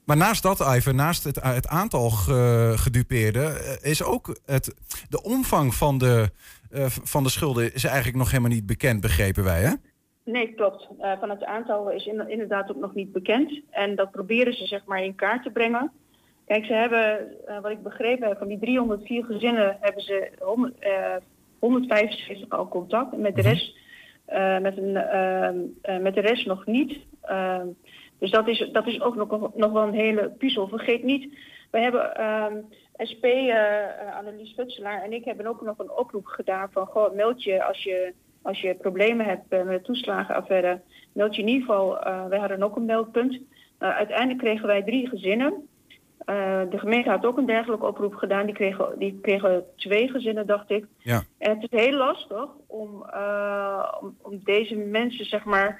Maar naast dat, Iver, naast het, het aantal ge, gedupeerden... is ook het, de omvang van de, uh, van de schulden is eigenlijk nog helemaal niet bekend, begrepen wij, hè? Nee, klopt. Uh, van het aantal is in, inderdaad ook nog niet bekend. En dat proberen ze zeg maar in kaart te brengen. Kijk, ze hebben, uh, wat ik begrepen heb, van die driehonderdvier gezinnen... hebben ze honderd, uh, honderdvijfenzeventig al contact. En met de rest, uh, met een, uh, uh, met de rest nog niet... Uh, Dus dat is, dat is ook nog, nog wel een hele puzzel. Vergeet niet, we hebben um, S P, uh, Annelies Futselaar en ik hebben ook nog een oproep gedaan van... Goh, meld je als je, als je problemen hebt uh, met de toeslagenaffaire. Meld je in ieder geval, uh, wij hadden ook een meldpunt. Uh, uiteindelijk kregen wij drie gezinnen. Uh, de gemeente had ook een dergelijke oproep gedaan. Die kregen, die kregen twee gezinnen, dacht ik. Ja. En het is heel lastig om, uh, om, om deze mensen, zeg maar...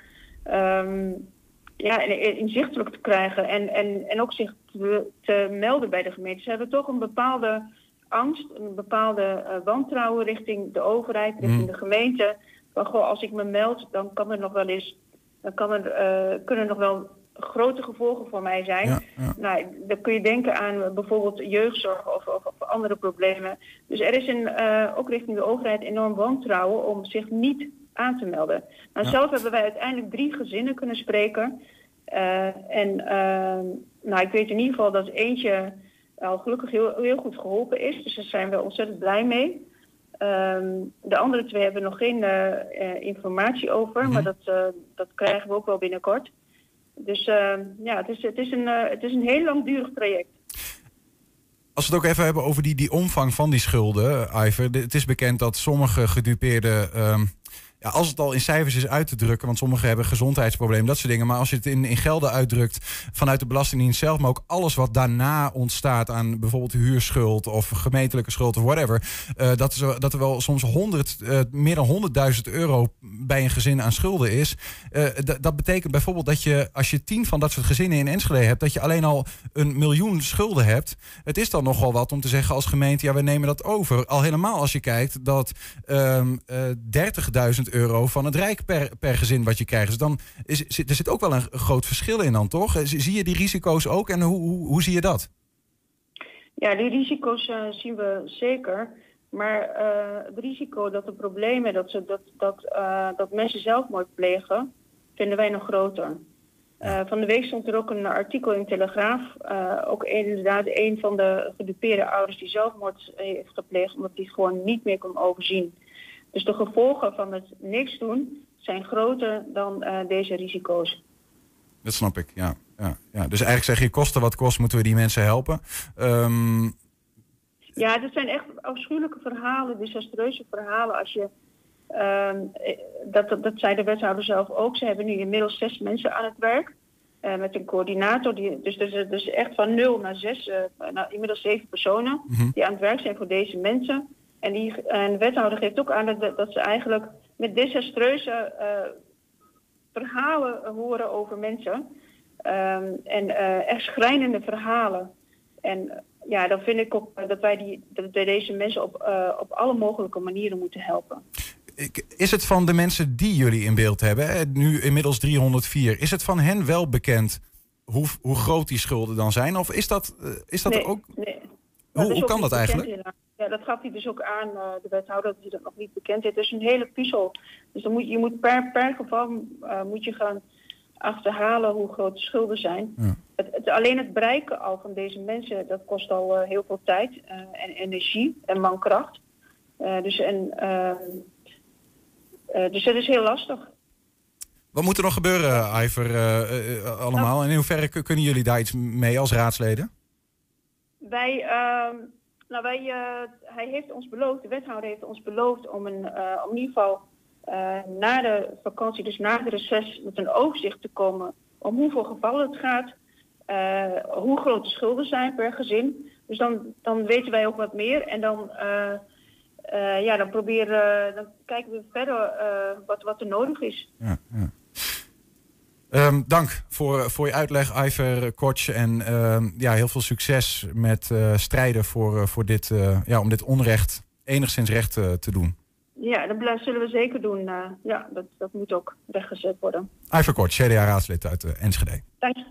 Um, Ja, inzichtelijk te krijgen en, en, en ook zich te, te melden bij de gemeente. Ze hebben toch een bepaalde angst, een bepaalde uh, wantrouwen richting de overheid, richting mm. de gemeente. Van goh, als ik me meld, dan kan er nog wel eens, dan kan er, uh, kunnen er nog wel grote gevolgen voor mij zijn. Ja, ja. Nou, dan kun je denken aan uh, bijvoorbeeld jeugdzorg of, of, of andere problemen. Dus er is een, uh, ook richting de overheid enorm wantrouwen om zich niet aan te melden. Nou, ja. Zelf hebben wij uiteindelijk drie gezinnen kunnen spreken. Uh, en uh, nou, ik weet in ieder geval dat eentje al gelukkig heel, heel goed geholpen is. Dus daar zijn we ontzettend blij mee. Um, de andere twee hebben nog geen uh, uh, informatie over. Mm-hmm. Maar dat, uh, dat krijgen we ook wel binnenkort. Dus uh, ja, het is, het, is een, uh, het is een heel langdurig traject. Als we het ook even hebben over die, die omvang van die schulden, Iver. Het is bekend dat sommige gedupeerden... Um, ja, als het al in cijfers is uit te drukken, want sommigen hebben gezondheidsproblemen, dat soort dingen. Maar als je het in, in gelden uitdrukt vanuit de Belastingdienst zelf, maar ook alles wat daarna ontstaat aan bijvoorbeeld huurschuld of gemeentelijke schuld of whatever. Uh, dat, is, dat er wel soms honderd, uh, meer dan honderdduizend euro bij een gezin aan schulden is. Uh, d- dat betekent bijvoorbeeld dat je, als je tien van dat soort gezinnen in Enschede hebt, dat je alleen al een miljoen schulden hebt. Het is dan nogal wat om te zeggen als gemeente, ja, we nemen dat over. Al helemaal als je kijkt dat um, uh, dertigduizend euro van het Rijk per, per gezin wat je krijgt. Dus dan is, er zit ook wel een groot verschil in dan, toch? Zie je die risico's ook en hoe, hoe, hoe zie je dat? Ja, die risico's uh, zien we zeker. Maar uh, het risico dat de problemen, dat, ze, dat, dat, uh, dat mensen zelfmoord plegen, vinden wij nog groter. Uh, van de week stond er ook een artikel in Telegraaf. Uh, ook inderdaad een van de gedupeerde ouders die zelfmoord heeft gepleegd, omdat hij gewoon niet meer kon overzien. Dus de gevolgen van het niks doen zijn groter dan uh, deze risico's. Dat snap ik, ja, ja, ja. Dus eigenlijk zeg je, kosten wat kost, moeten we die mensen helpen. Um... Ja, dat zijn echt afschuwelijke verhalen, desastreuze verhalen. Als je, um, dat, dat, dat zei de wethouder zelf ook. Ze hebben nu inmiddels zes mensen aan het werk. Uh, met een coördinator. Die, dus, dus, dus echt van nul naar zes, uh, nou, inmiddels zeven personen mm-hmm. die aan het werk zijn voor deze mensen. En, die, en de wethouder geeft ook aan dat, dat ze eigenlijk met desastreuze uh, verhalen horen over mensen. Um, en uh, echt schrijnende verhalen. En uh, ja, dan vind ik ook dat wij, die, dat wij deze mensen op, uh, op alle mogelijke manieren moeten helpen. Is het van de mensen die jullie in beeld hebben, nu inmiddels driehonderdvier, is het van hen wel bekend hoe, hoe groot die schulden dan zijn? Of is dat, uh, is dat nee, er ook... Nee. Hoe, hoe kan dat eigenlijk? Ja, dat gaf hij dus ook aan, uh, de wethouder, dat hij dat nog niet bekend heeft. Het is een hele puzzel. Dus dan moet, je moet per, per geval uh, moet je gaan achterhalen hoe groot de schulden zijn. Ja. Het, het, alleen het bereiken al van deze mensen, dat kost al uh, heel veel tijd uh, en energie en mankracht. Uh, dus, en, uh, uh, dus dat is heel lastig. Wat moet er nog gebeuren, Iver, uh, uh, allemaal? Nou, en in hoeverre k- kunnen jullie daar iets mee als raadsleden? Wij, uh, nou wij, uh, hij heeft ons beloofd, de wethouder heeft ons beloofd om, een, uh, om in ieder geval uh, na de vakantie, dus na de reces, met een overzicht te komen om hoeveel gevallen het gaat, uh, hoe groot de schulden zijn per gezin. Dus dan, dan weten wij ook wat meer en dan, uh, uh, ja, dan, proberen, dan kijken we verder uh, wat, wat er nodig is. Ja, ja. Um, dank voor, voor je uitleg, Iver Koch. En um, ja, heel veel succes met uh, strijden voor, uh, voor dit, uh, ja, om dit onrecht enigszins recht uh, te doen. Ja, dat zullen we zeker doen. Uh, ja, dat, dat moet ook rechtgezet worden. Iver Koch, C D A-raadslid uit uh, Enschede. Dank je.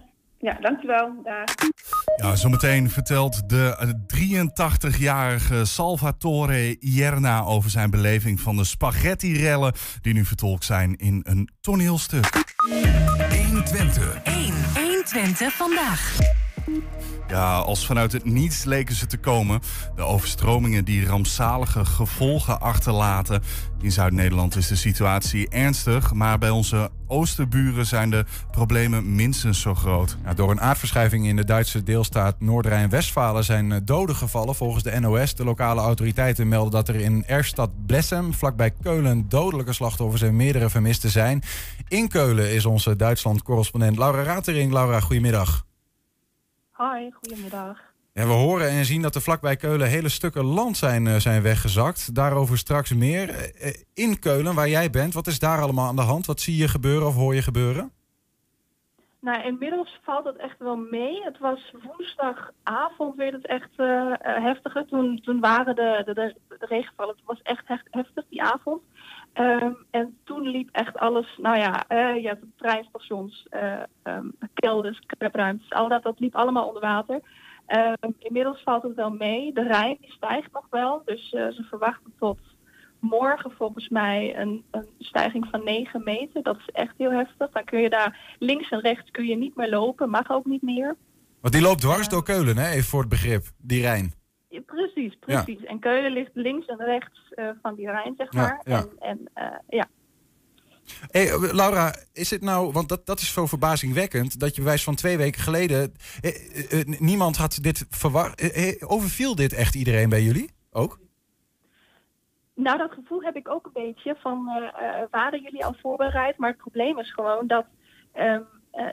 Ja, dankjewel. Dag. Ja, zometeen vertelt de drieëntachtigjarige Salvatore Ierna over zijn beleving van de spaghetti-rellen die nu vertolkt zijn in een toneelstuk. honderdtwintig. honderdtwintig vandaag. Ja, als vanuit het niets leken ze te komen. De overstromingen die rampzalige gevolgen achterlaten. In Zuid-Nederland is de situatie ernstig, maar bij onze oosterburen zijn de problemen minstens zo groot. Ja, door een aardverschuiving in de Duitse deelstaat Noord-Rijn-Westfalen zijn doden gevallen. Volgens de N O S, de lokale autoriteiten melden dat er in Erstad Blessem, vlakbij Keulen, dodelijke slachtoffers en meerdere vermisten zijn. In Keulen is onze Duitsland-correspondent Laura Ratering. Laura, goedemiddag. Hoi, goedemiddag. Ja, we horen en zien dat er vlakbij Keulen hele stukken land zijn, uh, zijn weggezakt. Daarover straks meer. Uh, in Keulen, waar jij bent, wat is daar allemaal aan de hand? Wat zie je gebeuren of hoor je gebeuren? Nou, inmiddels valt het echt wel mee. Het was woensdagavond werd het echt uh, uh, heftiger. Toen, toen waren de, de, de, de regenvallen, het was echt hef- heftig die avond. Um, en toen liep echt alles, nou ja, uh, je hebt treinstations, uh, um, kelders, krepruimtes, al dat, dat liep allemaal onder water. Um, inmiddels valt het wel mee. De Rijn die stijgt nog wel, dus uh, ze verwachten tot morgen volgens mij een, een stijging van negen meter. Dat is echt heel heftig. Dan kun je daar links en rechts kun je niet meer lopen, mag ook niet meer. Want die loopt dwars uh, door Keulen, hè? Even voor het begrip, die Rijn. Ja, precies, precies. Ja. En Keulen ligt links en rechts uh, van die Rijn, zeg maar. Ja, ja. En, en uh, ja. Hey, Laura, is het nou, want dat, dat is zo verbazingwekkend, dat je bewijs van twee weken geleden, eh, eh, niemand had dit verwacht. Eh, overviel dit echt iedereen bij jullie ook? Nou, dat gevoel heb ik ook een beetje van, uh, uh, waren jullie al voorbereid? Maar het probleem is gewoon dat um, uh,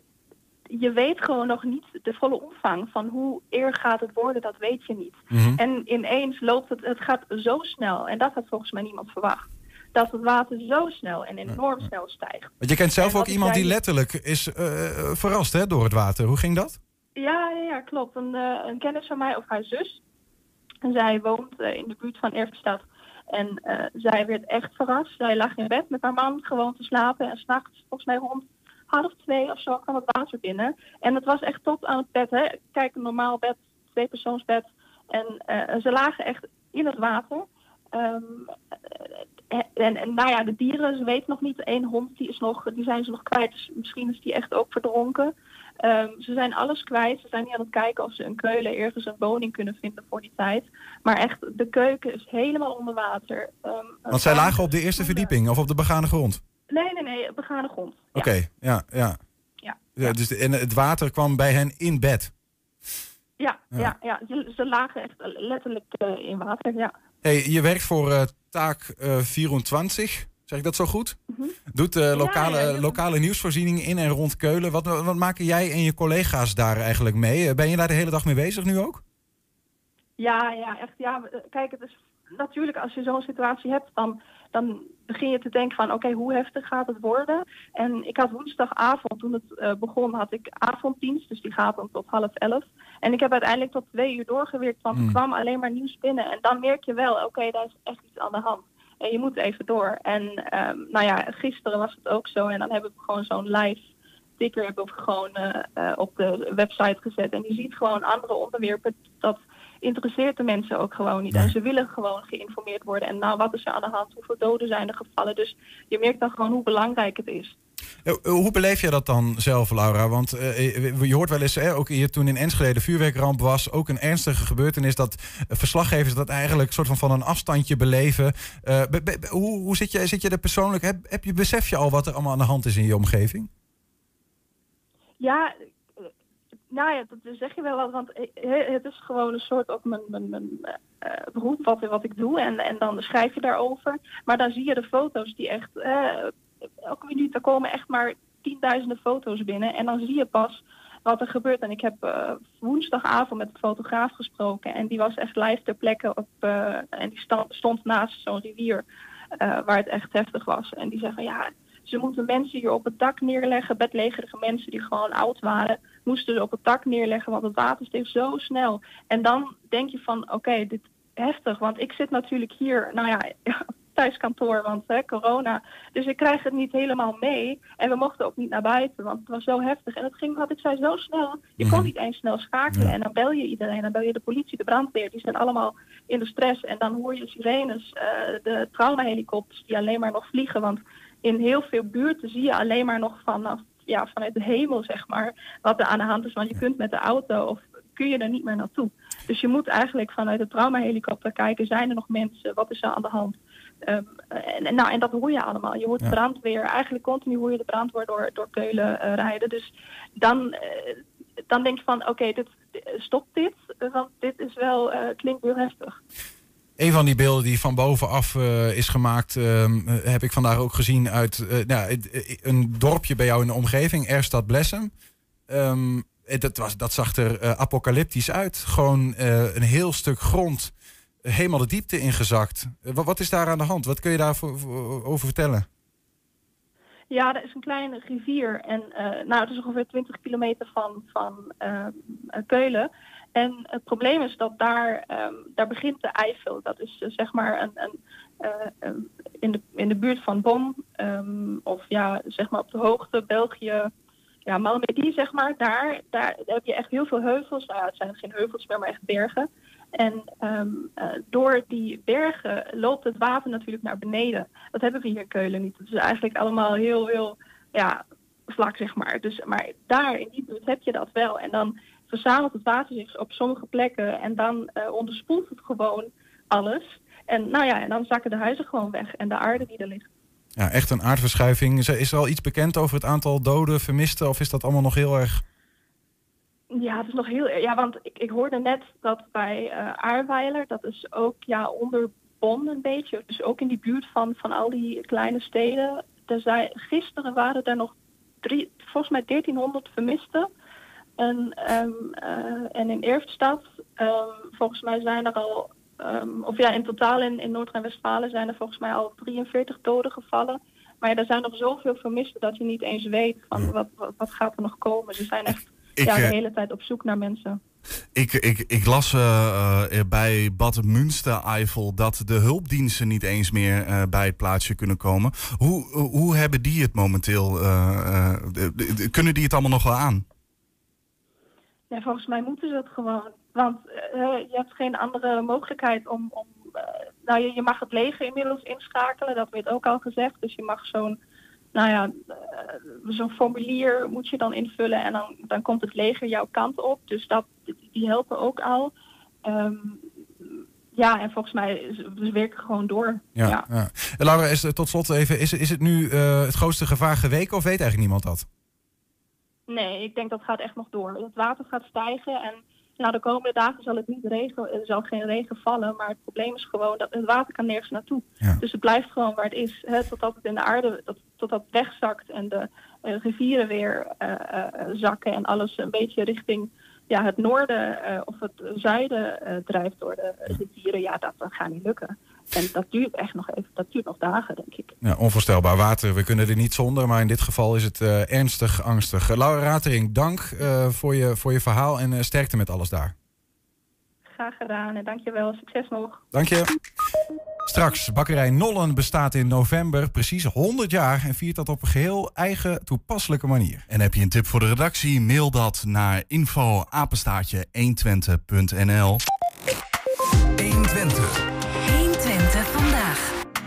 je weet gewoon nog niet de volle omvang van hoe erg gaat het worden, dat weet je niet. Mm-hmm. En ineens loopt het, het gaat zo snel en dat had volgens mij niemand verwacht. Dat het water zo snel en enorm ja, ja. snel stijgt. Want je kent zelf ook iemand die letterlijk is uh, verrast hè, door het water. Hoe ging dat? Ja, ja, ja klopt. Een, uh, een kennis van mij of haar zus. En zij woont uh, in de buurt van Erfstad. En uh, zij werd echt verrast. Zij lag in bed met haar man gewoon te slapen. En 's nachts, volgens mij rond half twee of zo, kwam het water binnen. En het was echt tot aan het bed. Hè. Kijk, een normaal bed, tweepersoonsbed. En uh, ze lagen echt in het water. Um, en, en nou ja, de dieren, ze weten nog niet. Eén hond, die, is nog, die zijn ze nog kwijt. Dus misschien is die echt ook verdronken. Um, ze zijn alles kwijt. Ze zijn niet aan het kijken of ze in Keulen ergens een woning kunnen vinden voor die tijd. Maar echt, de keuken is helemaal onder water. Um, Want zij lagen op de eerste verdieping of op de begane grond? Nee, nee, nee, begane grond. Oké, okay, ja, ja. ja. ja dus de, en het water kwam bij hen in bed? Ja, ja, ja. ja. Ze, ze lagen echt letterlijk uh, in water, ja. Hey, je werkt voor uh, Taak uh, vierentwintig, zeg ik dat zo goed? Mm-hmm. Doet uh, lokale, ja, ja, ja. lokale nieuwsvoorziening in en rond Keulen. Wat, wat maken jij en je collega's daar eigenlijk mee? Ben je daar de hele dag mee bezig nu ook? Ja, ja, echt. Ja. Kijk, het is natuurlijk als je zo'n situatie hebt, dan, dan begin je te denken van oké, okay, hoe heftig gaat het worden? En ik had woensdagavond, toen het uh, begon, had ik avonddienst, dus die gaat dan tot half elf. En ik heb uiteindelijk tot twee uur doorgewerkt, want er mm. kwam alleen maar nieuws binnen. En dan merk je wel, oké, okay, daar is echt iets aan de hand. En je moet even door. En um, nou ja, gisteren was het ook zo. En dan hebben we gewoon zo'n live ticker hebben we gewoon uh, uh, op de website gezet. En je ziet gewoon andere onderwerpen. Dat interesseert de mensen ook gewoon niet. En ze willen gewoon geïnformeerd worden. En nou, wat is er aan de hand? Hoeveel doden zijn er gevallen? Dus je merkt dan gewoon hoe belangrijk het is. Hoe beleef jij dat dan zelf, Laura? Want uh, je hoort wel eens, eh, ook hier toen in Enschede de vuurwerkramp was, ook een ernstige gebeurtenis, dat uh, verslaggevers dat eigenlijk soort van van een afstandje beleven. Uh, be, be, hoe hoe zit, je, zit je er persoonlijk, heb, heb je, besef je al wat er allemaal aan de hand is in je omgeving? Ja, nou ja, dat zeg je wel wat, want het is gewoon een soort ook mijn, mijn, mijn uh, beroep wat, wat ik doe en, en dan schrijf je daarover. Maar dan zie je de foto's die echt, uh, elke minuut, er komen echt maar tienduizenden foto's binnen en dan zie je pas wat er gebeurt. En ik heb uh, woensdagavond met een fotograaf gesproken en die was echt live ter plekke op, uh, en die stand, stond naast zo'n rivier uh, waar het echt heftig was. En die zei van ja, ze moeten mensen hier op het dak neerleggen, bedlegerige mensen die gewoon oud waren, moesten ze op het dak neerleggen, want het water steeg zo snel. En dan denk je van, oké, okay, dit is heftig, want ik zit natuurlijk hier, nou ja, thuiskantoor, want hè, corona. Dus ik krijg het niet helemaal mee. En we mochten ook niet naar buiten, want het was zo heftig. En het ging, wat ik zei, zo snel. Je kon niet eens snel schakelen. Ja. En dan bel je iedereen, dan bel je de politie, de brandweer. Die zijn allemaal in de stress. En dan hoor je sirenes, uh, de traumahelikopters die alleen maar nog vliegen. Want in heel veel buurten zie je alleen maar nog vanaf, ja, vanuit de hemel, zeg maar, wat er aan de hand is. Want je kunt met de auto of kun je er niet meer naartoe. Dus je moet eigenlijk vanuit de traumahelikopter kijken, zijn er nog mensen, wat is er aan de hand? Um, en, nou, en dat hoor je allemaal. Je hoort ja. brandweer, eigenlijk continu hoor je de brandweer door, door Keulen uh, rijden. Dus dan, uh, dan denk je van, oké, okay, dit, stop dit, want dit is wel, uh, klinkt heel heftig. Een van die beelden die van bovenaf uh, is gemaakt, uh, heb ik vandaag ook gezien uit uh, nou, een dorpje bij jou in de omgeving, Erstad Blessem. Um, dat, was, dat zag er uh, apocalyptisch uit. Gewoon uh, een heel stuk grond, uh, helemaal de diepte ingezakt. Uh, wat, wat is daar aan de hand? Wat kun je daarover vertellen? Ja, er is een kleine rivier en uh, nou, het is ongeveer twintig kilometer van, van uh, Keulen. En het probleem is dat daar, um, daar begint de Eifel. Dat is uh, zeg maar een, een, uh, um, in, de, in de buurt van Bonn, um, of ja, zeg maar op de hoogte België, ja, Malmedy, zeg maar. Daar, daar heb je echt heel veel heuvels. Nou ja, het zijn geen heuvels meer, maar echt bergen. En um, uh, door die bergen loopt het water natuurlijk naar beneden. Dat hebben we hier in Keulen niet. Het is eigenlijk allemaal heel, heel, ja, vlak, zeg maar. Dus, maar daar in die buurt heb je dat wel. En dan verzamelt het water zich op sommige plekken en dan uh, onderspoelt het gewoon alles. En nou ja, en dan zakken de huizen gewoon weg en de aarde die er ligt. Ja, echt een aardverschuiving. Is er, is er al iets bekend over het aantal doden, vermisten, of is dat allemaal nog heel erg? Ja, het is nog heel erg. Ja, want ik, ik hoorde net dat bij uh, Aarweiler, dat is ook ja onder Bonn een beetje, dus ook in die buurt van, van al die kleine steden. Er zijn, gisteren waren er nog drie, volgens mij dertienhonderd vermisten. En, um, uh, en in Erftstad, um, volgens mij zijn er al, um, of ja, in totaal in, in Noord-Rijn-Westfalen zijn er volgens mij al drieënveertig doden gevallen. Maar ja, er zijn nog zoveel vermisten dat je niet eens weet van wat, wat, wat gaat er nog komen. Ze zijn echt ik, ja, de hele tijd op zoek naar mensen. Ik, ik, ik las uh, bij Bad Münstereifel dat de hulpdiensten niet eens meer uh, bij het plaatsje kunnen komen. Hoe, hoe hebben die het momenteel? Uh, uh, de, de, kunnen die het allemaal nog wel aan? Ja, volgens mij moeten ze het gewoon. Want uh, je hebt geen andere mogelijkheid om... om uh, nou, je, je mag het leger inmiddels inschakelen, dat werd ook al gezegd. Dus je mag zo'n nou ja, uh, zo'n formulier moet je dan invullen en dan, dan komt het leger jouw kant op. Dus dat, die helpen ook al. Um, ja, en volgens mij, ze werken gewoon door. Ja, ja. ja. Laura, is, tot slot even, is, is het nu uh, het grootste gevaar geweken of weet eigenlijk niemand dat? Nee, ik denk dat gaat echt nog door. Het water gaat stijgen en nou, de komende dagen zal het niet regen, er zal geen regen vallen, maar het probleem is gewoon dat het water kan nergens naartoe. Ja. Dus het blijft gewoon waar het is, hè, totdat het in de aarde, tot, totdat het wegzakt en de uh, rivieren weer uh, uh, zakken en alles een beetje richting ja, het noorden uh, of het zuiden uh, drijft door de rivieren. Ja, dat, dat gaat niet lukken. En dat duurt echt nog even, dat duurt nog dagen, denk ik. Ja, onvoorstelbaar water, we kunnen er niet zonder, maar in dit geval is het uh, ernstig angstig. Uh, Laura Ratering, dank uh, voor, je, voor je verhaal en uh, sterkte met alles daar. Graag gedaan en dankjewel, succes nog. Dank je. Straks, bakkerij Nollen bestaat in november precies honderd jaar en viert dat op een geheel eigen toepasselijke manier. En heb je een tip voor de redactie? Mail dat naar info apenstaartje honderdtwintig punt n l. honderdtwintig. honderdtwintig vandaag.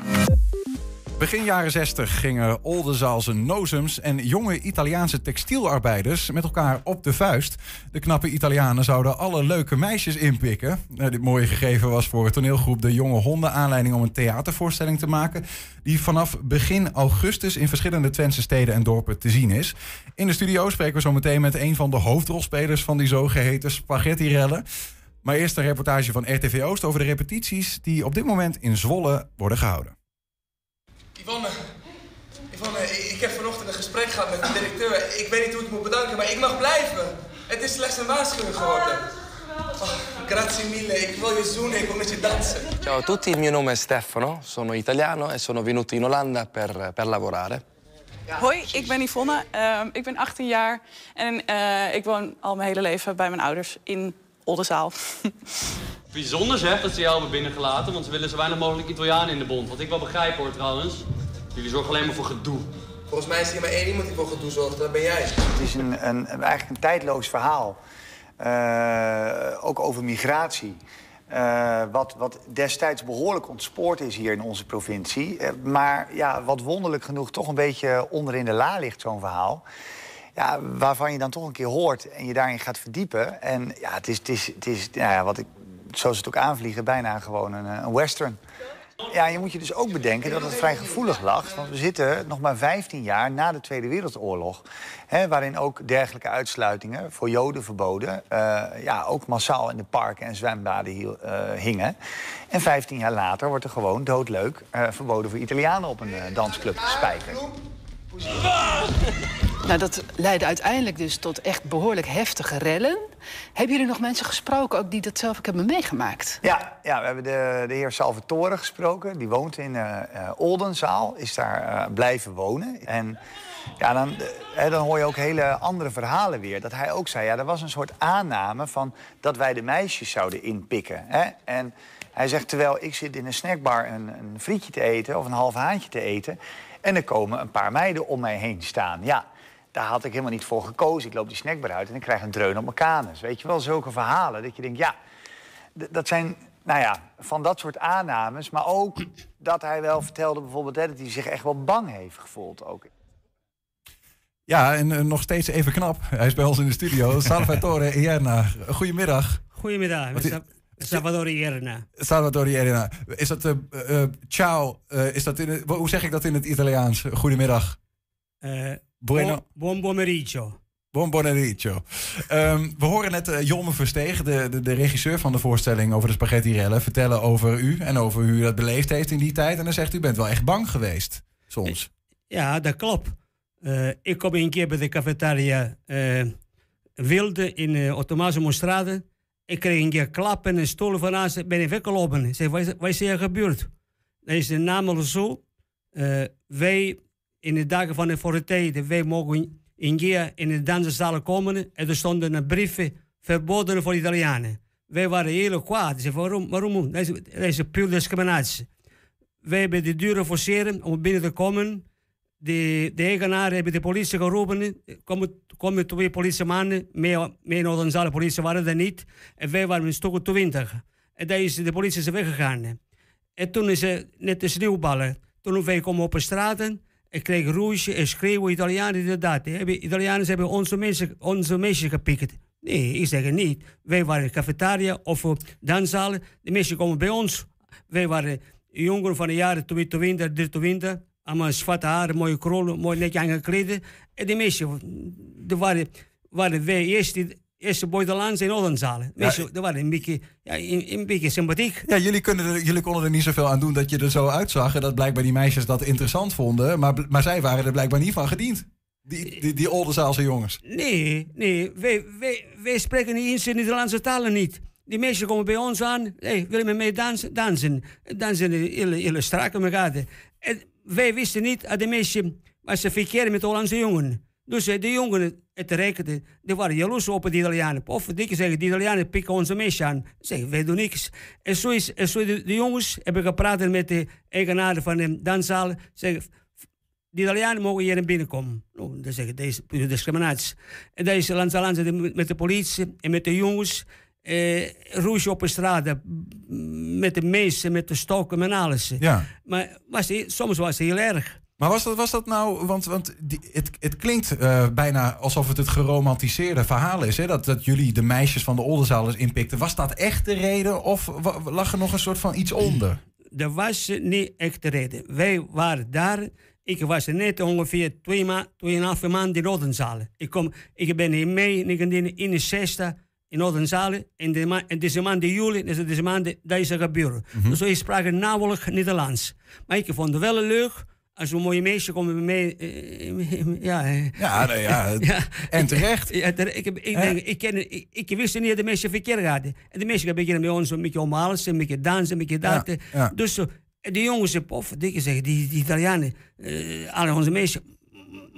Begin jaren zestig gingen Oldenzaalse nozems en jonge Italiaanse textielarbeiders met elkaar op de vuist. De knappe Italianen zouden alle leuke meisjes inpikken. Nou, dit mooie gegeven was voor het toneelgroep De Jonge Honden aanleiding om een theatervoorstelling te maken die vanaf begin augustus in verschillende Twentse steden en dorpen te zien is. In de studio spreken we zo meteen met een van de hoofdrolspelers van die zogeheten spaghetti-rellen. Maar eerst een reportage van R T V Oost over de repetities die op dit moment in Zwolle worden gehouden. Yvonne, Yvonne, ik heb vanochtend een gesprek gehad met de directeur. Ik weet niet hoe ik moet bedanken, maar ik mag blijven. Het is slechts een waarschuwing geworden. Oh, grazie mille, ik wil je zoenen, ik wil met je dansen. Ciao a tutti, il mio nome è Stefano, sono italiano e sono venuto in Olanda per, per lavorare. Hoi, ik ben Yvonne, uh, ik ben achttien jaar en uh, ik woon al mijn hele leven bij mijn ouders in Oldenzaal. Bijzonder zeg dat ze jou hebben binnengelaten, want ze willen zo weinig mogelijk Italianen in de bond. Wat ik wel begrijp hoor trouwens. Jullie zorgen alleen maar voor gedoe. Volgens mij is er maar één iemand die voor gedoe zorgt, dat ben jij. Het is een, een, eigenlijk een tijdloos verhaal. Uh, ook over migratie. Uh, wat, wat destijds behoorlijk ontspoord is hier in onze provincie. Uh, maar ja, wat wonderlijk genoeg toch een beetje onder in de la ligt, zo'n verhaal. Ja, waarvan je dan toch een keer hoort en je daarin gaat verdiepen. En ja, het is, het is, het is nou ja, wat ik, zoals het ook aanvliegen, bijna gewoon een, een western. Ja, je moet je dus ook bedenken dat het vrij gevoelig lag. Want we zitten nog maar vijftien jaar na de Tweede Wereldoorlog. Hè, waarin ook dergelijke uitsluitingen voor Joden verboden. Uh, ja, ook massaal in de parken en zwembaden hiel, uh, hingen. En vijftien jaar later wordt er gewoon doodleuk uh, verboden voor Italianen op een uh, dansclub te spijkeren. Nou, dat leidde uiteindelijk dus tot echt behoorlijk heftige rellen. Hebben jullie nog mensen gesproken ook die dat zelf ook hebben meegemaakt? Ja, ja we hebben de, de heer Salvatore gesproken. Die woont in uh, uh, Oldenzaal, is daar uh, blijven wonen. En ja, dan, uh, dan hoor je ook hele andere verhalen weer. Dat hij ook zei, ja, er was een soort aanname van dat wij de meisjes zouden inpikken. Hè? En hij zegt, terwijl ik zit in een snackbar een, een frietje te eten of een half haantje te eten. En er komen een paar meiden om mij heen staan. Ja, daar had ik helemaal niet voor gekozen. Ik loop die snackbar uit en ik krijg een dreun op mijn kanus. Weet je wel, zulke verhalen dat je denkt, ja, dat zijn, nou ja, van dat soort aannames. Maar ook dat hij wel vertelde bijvoorbeeld hè, dat hij zich echt wel bang heeft gevoeld ook. Ja, en uh, nog steeds even knap. Hij is bij ons in de studio. Salvatore Ierna. Goedemiddag. Goedemiddag. Salvatore Ierna. Salvatore Ierna. Is dat, uh, uh, ciao, uh, is dat in het, hoe zeg ik dat in het Italiaans? Goedemiddag. Uh, Bueno. Buon pomeriggio. Buon pomeriggio. Um, we horen net uh, Jomme Versteeg, de, de, de regisseur van de voorstelling over de spaghetti-rellen, vertellen over u en over hoe u dat beleefd heeft in die tijd. En dan zegt u, bent wel echt bang geweest, soms. Ja, dat klopt. Uh, ik kom een keer bij de cafetaria uh, Wilde in uh, Ottomaso-Mostrade. Ik kreeg een keer klappen en stoelen van naast, ben ik weggelopen. Ik zei, wat is, wat is er gebeurd? Dat is namelijk zo. Uh, wij, in de dagen van de Forte, wij mogen een keer in de dansenzaal komen en er stonden een brief verboden voor Italianen. Wij waren heel kwaad. Zei, waarom? waarom? Dat is, dat is puur discriminatie. Wij hebben de deuren forceren om binnen te komen. De, de eigenaren hebben de politie geroepen. Komen, komen twee politiemannen. Meer, meer dan de politie waren er niet. En wij waren een stuk twintig. En daar is de politie is weggegaan. En toen is het net de sneeuwballen. Toen wij komen op de straten. Ik kreeg roosje en schreeuwen Italianen inderdaad. Italianen hebben onze mensen, onze mensen gepikt. Nee, ik zeg het niet. Wij waren in de cafetaria of danszalen. De mensen komen bij ons. Wij waren jongeren van de jaren twintig, drieëntwintig. Allemaal zwarte haren, mooie kronen, mooi netje aangekleed. En die mensen, er waren, waren wij eerst, eerst buitenlandse in Oldenzalen. Mensen, ja, waren een beetje, ja, een, een beetje sympathiek. Ja, jullie, kunnen er, jullie konden er niet zoveel aan doen dat je er zo uitzag. En dat blijkbaar die meisjes dat interessant vonden. Maar, maar zij waren er blijkbaar niet van gediend. Die, die, die Oldenzaalse jongens. Nee, nee. Wij, wij, wij spreken niet eens de Nederlandse talen niet. Die meisjes komen bij ons aan. Hey, willen met mij dansen? Dansen. Dansen hele, hele strak met elkaar. En wij wisten niet dat de meisjes was verkeerd met de Hollandse jongen. Dus de jongen, het rekende, die waren jaloers op de Italianen. Of dikke zeggen, de Italianen pikken onze meisjes aan. Zeggen, wij doen niks. En zo is, en zo de, de jongens hebben gepraat met de eigenaren van de danszaal. Zeggen, de Italianen mogen hier naar binnen komen. Nou, dat zeggen, dat is pure discriminatie. En dat is lands met de politie en met de jongens. Eh, roesje op de straat, met de meesten, met de stokken en alles. Ja. Maar was die, soms was het heel erg. Maar was dat, was dat nou, want, want die, het, het klinkt uh, bijna alsof het het geromantiseerde verhaal is, hè? Dat, dat jullie de meisjes van de Oldenzaalers inpikten. Was dat echt de reden of w- lag er nog een soort van iets onder? Er was niet echt de reden. Wij waren daar. Ik was er net ongeveer twee, ma- tweeënhalf maanden in Oldenzalen. Ik, kom, ik ben hier mee in negentien eenenzestig in Oldenzalen. En, de ma- en deze maand in juli, dus deze maand, dat is er gebeurd. Mm-hmm. Dus wij spraken nauwelijks Nederlands. Maar ik vond het wel leuk. Als een mooie meisje komen bij mij. Uh, ja, ja, nou ja, ja, en terecht. Ja, ter, ik, ik, denk, ik, ken, ik, ik wist niet dat de meisje verkeerd hadden. En de meisjes beginnen bij ons een beetje omhalen, een beetje dansen, een beetje dat. Ja, ja. Dus uh, die jongens, pof, die zeggen, die, die Italianen, uh, alle onze meisjes.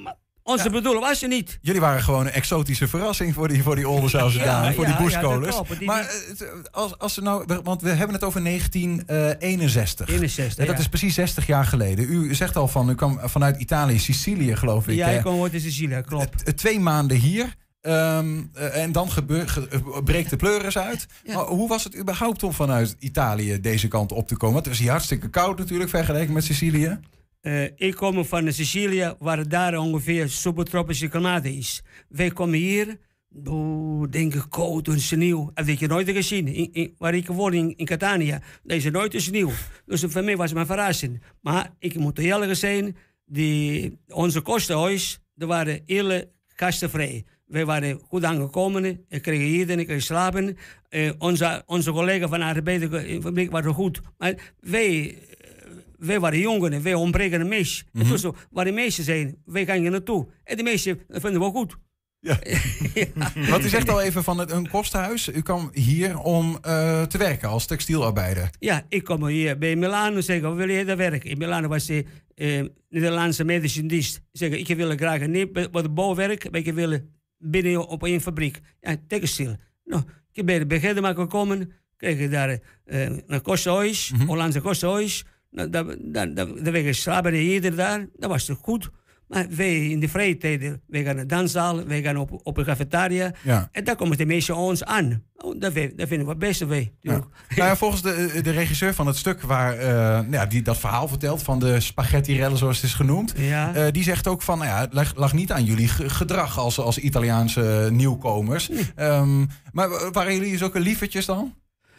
Onze ja. bedoeling was er niet. Jullie waren gewoon een exotische verrassing voor die, voor die Oldenzaalse dames, ja, voor ja, die buschkolers. Ja, die, maar als, als ze nou, want we hebben het over negentien eenenzestig. eenenzestig, ja, dat ja. is precies zestig jaar geleden. U zegt al van, u kwam vanuit Italië, Sicilië geloof ik. Ja, ik kwam uit Sicilië, klopt. Twee maanden hier. Um, uh, en dan gebeur, ge, uh, breekt de pleuris uit. Ja. Maar hoe was het überhaupt om vanuit Italië deze kant op te komen? Want het is hier hartstikke koud natuurlijk vergeleken met Sicilië. Uh, ik kom van Sicilië, waar daar ongeveer subtropische klimaat is. Wij komen hier, oh, denk ik koud en sneeuw. Dat heb je nooit gezien. In, in, waar ik woon in, in Catania, daar is er nooit sneeuw. Dus voor mij was het een verrassing. Maar ik moet eerlijk zijn, die, onze kostenhuis, er waren hele gastenvrij. Wij waren goed aangekomen. Ik kreeg eten, ik kreeg slapen. Uh, onze, onze collega's van de arbeidersfabriek waren goed. Maar wij, wij waren jongen, wij ontbreken een meisje. Mm-hmm. En toen waar de meisjes zijn, wij gaan hier naartoe. En de meisjes vinden we goed. Ja. ja. Wat u zegt al even van het, een kosthuis. U kwam hier om uh, te werken als textielarbeider. Ja, ik kom hier bij Milano en zeg, we willen hier werken. In Milano was de uh, Nederlandse medische dienst. Zeg, ik wil graag niet wat bouwwerk, maar ik wil binnen op één fabriek. Ja, textiel. Nou, ik ben bij Gedema gekomen, kreeg ik daar uh, een kosthuis, mm-hmm. Hollandse kosthuis. Nou, daar daar, daar, daar werd geslapen hier daar, dat was toch goed. Maar wij in de vrije tijden, wij gaan naar de danszaal, wij gaan op, op een cafetaria. Ja. En daar komen de mensen ons aan. Oh, dat, dat vinden we het beste wij. Ja. Nou ja, volgens de, de regisseur van het stuk waar uh, ja, die dat verhaal vertelt van de spaghetti-rellen zoals het is genoemd. Ja. Uh, die zegt ook van, nou ja, het lag, lag niet aan jullie gedrag als, als Italiaanse nieuwkomers. Nee. Um, maar waren jullie zulke lievertjes dan?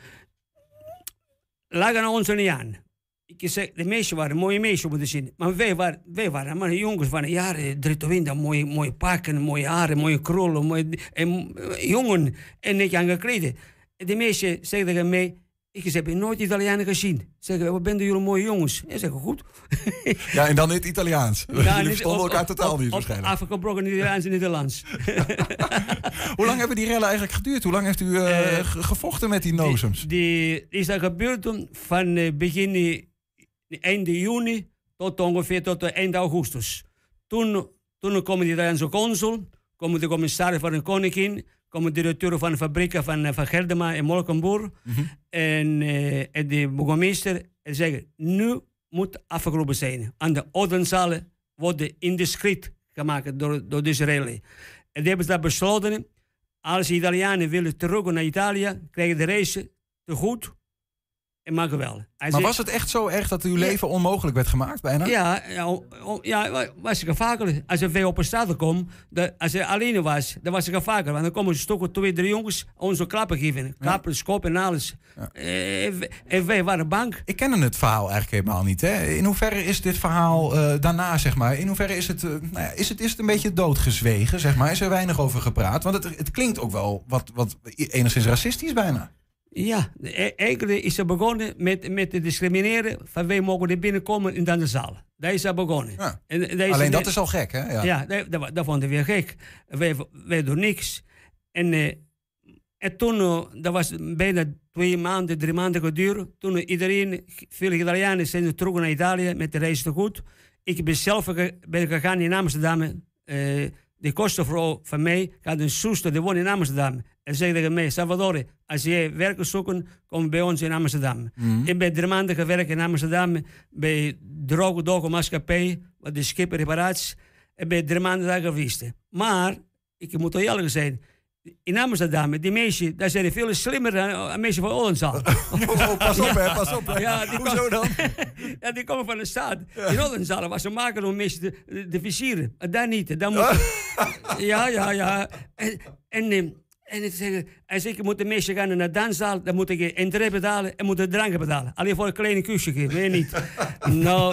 Lag aan ons niet aan. Ik zeg, de meisjes waren mooie meisjes om te zien. Maar wij waren, wij waren maar jongens van de jaren drieëntwintig. Mooie, mooie pakken, mooie haren, mooie krullen. Mooie, en, jongen. En niet aangekleden. De meisjes zeggen tegen mij, ik heb nooit Italianen gezien. Zeggen, wat ben jullie mooie jongens? En zeggen, goed. Ja, en dan in het Italiaans. Ja, jullie verstonden elkaar op, totaal op, niet waarschijnlijk. Afgebroken Nederlands en Nederlands. Hoe lang hebben die rellen eigenlijk geduurd? Hoe lang heeft u uh, uh, gevochten met die nozems? Die, die is dat gebeurd van uh, begin einde juni tot ongeveer tot eind augustus. Toen, toen kwam de Italiaanse consul, kwam de commissaris van de koningin, kwam de directeur van de fabrieken van, van Gerdema en Molkenburg mm-hmm. en, uh, en de burgemeester en zeggen, nu moet afgelopen zijn. Aan de Oldenzalen worden indiscreet gemaakt door, door de Israëli's. En die hebben dat besloten, als de Italianen willen terug naar Italië, krijgen de reizen te goed. Maar geweldig. Hij maar was het echt zo erg dat uw leven ja. onmogelijk werd gemaakt bijna? Ja, ja, ja was het gevaarlijk. Als er veel op een stad kwam, als er alleen was, dan was het gevaarlijk. Want dan komen ze stokken twee, drie jongens ons klappen geven. Klappen, ja. Skop en alles. Ja. En, en wij waren bang. Ik ken het verhaal eigenlijk helemaal niet. Hè? In hoeverre is dit verhaal uh, daarna, zeg maar, in hoeverre is het, uh, nou ja, is het, is het een beetje doodgezwegen, zeg maar? Is er weinig over gepraat? Want het, het klinkt ook wel wat, wat enigszins racistisch bijna. Ja, eigenlijk is het begonnen met, met te discrimineren van wij mogen er binnenkomen in de zaal. Daar is het begonnen. Ja. En, is Alleen dat is al gek, hè? Ja, ja dat, dat, dat vonden we weer gek. Wij, wij doen niks. En, uh, en toen, uh, dat was bijna twee maanden, drie maanden geduurd. Toen uh, iedereen, veel Italianen zijn terug naar Italië met de reis te goed. Ik ben zelf ben gegaan in Amsterdam. Uh, de kostenvrouw van mij had een zuster, die woont in Amsterdam. En zei tegen mij, Salvatore, als jij werk zoeken, kom bij ons in Amsterdam. Mm-hmm. Ik ben drie maanden gewerkt in Amsterdam bij Droge Dogo Maatschappij, wat de schippenreparatie. En ben drie maanden daar geweest. Maar, ik moet eerlijk zijn, in Amsterdam, die meisjes, daar zijn veel slimmer dan meisjes van Oldenzaal. Oh, pas op, hè, pas op. Hè. Ja, die Hoezo kom, dan? Ja, die komen van de stad. Ja. In Oldenzaal was ze maken om meisjes te, te versieren. Maar daar niet. Daar moet, ja, ja, ja. En, en, en ik zeg, als ik moet de meisje gaan naar de danszaal, dan moet ik entree betalen en moet de drank betalen. Alleen voor een kleine kusje geven, weet je niet. Nou,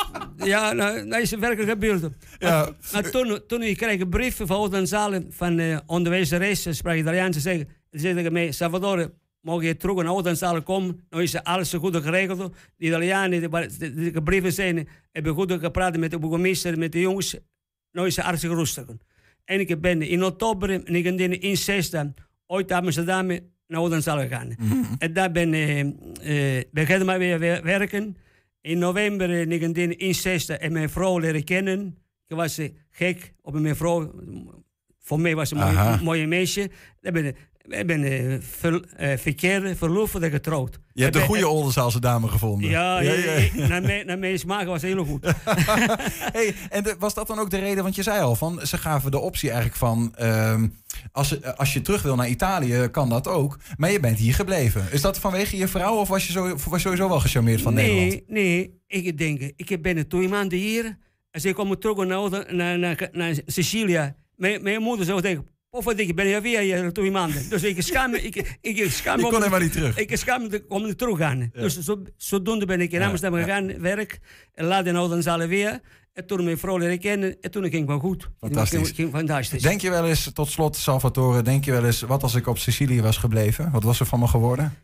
ja, nou, dat is werkelijk gebeurd. Ja. Maar, maar toen, toen ik kreeg een brief van Oldenzalen van uh, onderwijzeres, sprak Italiaans, zeggen, ze zei tegen mij, Salvatore, mogen je terug naar Oldenzalen komen? Nou is alles zo goed geregeld. De Italianen, de, de, de, de brieven zijn, hebben goed gepraat met de burgemeester, met de jongens. Nou is het hartstikke rustig. En ik ben in oktober en ik ben in zesde uit Amsterdam naar Oldenzalen gegaan. Mm-hmm. En daar ben ik uh, uh, maar weer werken. In november en ik ben in zesde en mijn vrouw leren kennen. Ik was uh, gek op mijn vrouw. Voor mij was ze een mooie, mooie meisje. Ik ben, ik ben uh, ver, uh, verkeerd, verloofd voordat ik getrouwd. Je hebt ik een ben, goede Oldenzaalse dame gevonden. Ja, ja, ja, ja. Naar, mijn, naar mijn smaak was het heel goed. Hey, en de, was dat dan ook de reden, want je zei al, van, ze gaven de optie eigenlijk van... Uh, als, als je terug wil naar Italië, kan dat ook. Maar je bent hier gebleven. Is dat vanwege je vrouw of was je, zo, was je sowieso wel gecharmeerd van nee, Nederland? Nee, ik denk, ik ben twee maanden hier. Als ik kom terug naar, naar, naar, naar Sicilië... Mijn, mijn moeder zou denken, of wat ik ben hier weer hier twee maanden. Dus ik schaam me. Ik, ik, ik schaam je kon helemaal niet terug. Ik schaam me om er terug te gaan. Ja. Dus zo, zodoende ben ik in Amsterdam ja, gegaan, ja. werk. En later nou dan zalen weer. En toen mijn vrouw leren kennen. En toen ging het wel goed. Fantastisch. Ging, ging fantastisch. Denk je wel eens, tot slot Salvatore, denk je wel eens, wat als ik op Sicilië was gebleven? Wat was er van me geworden?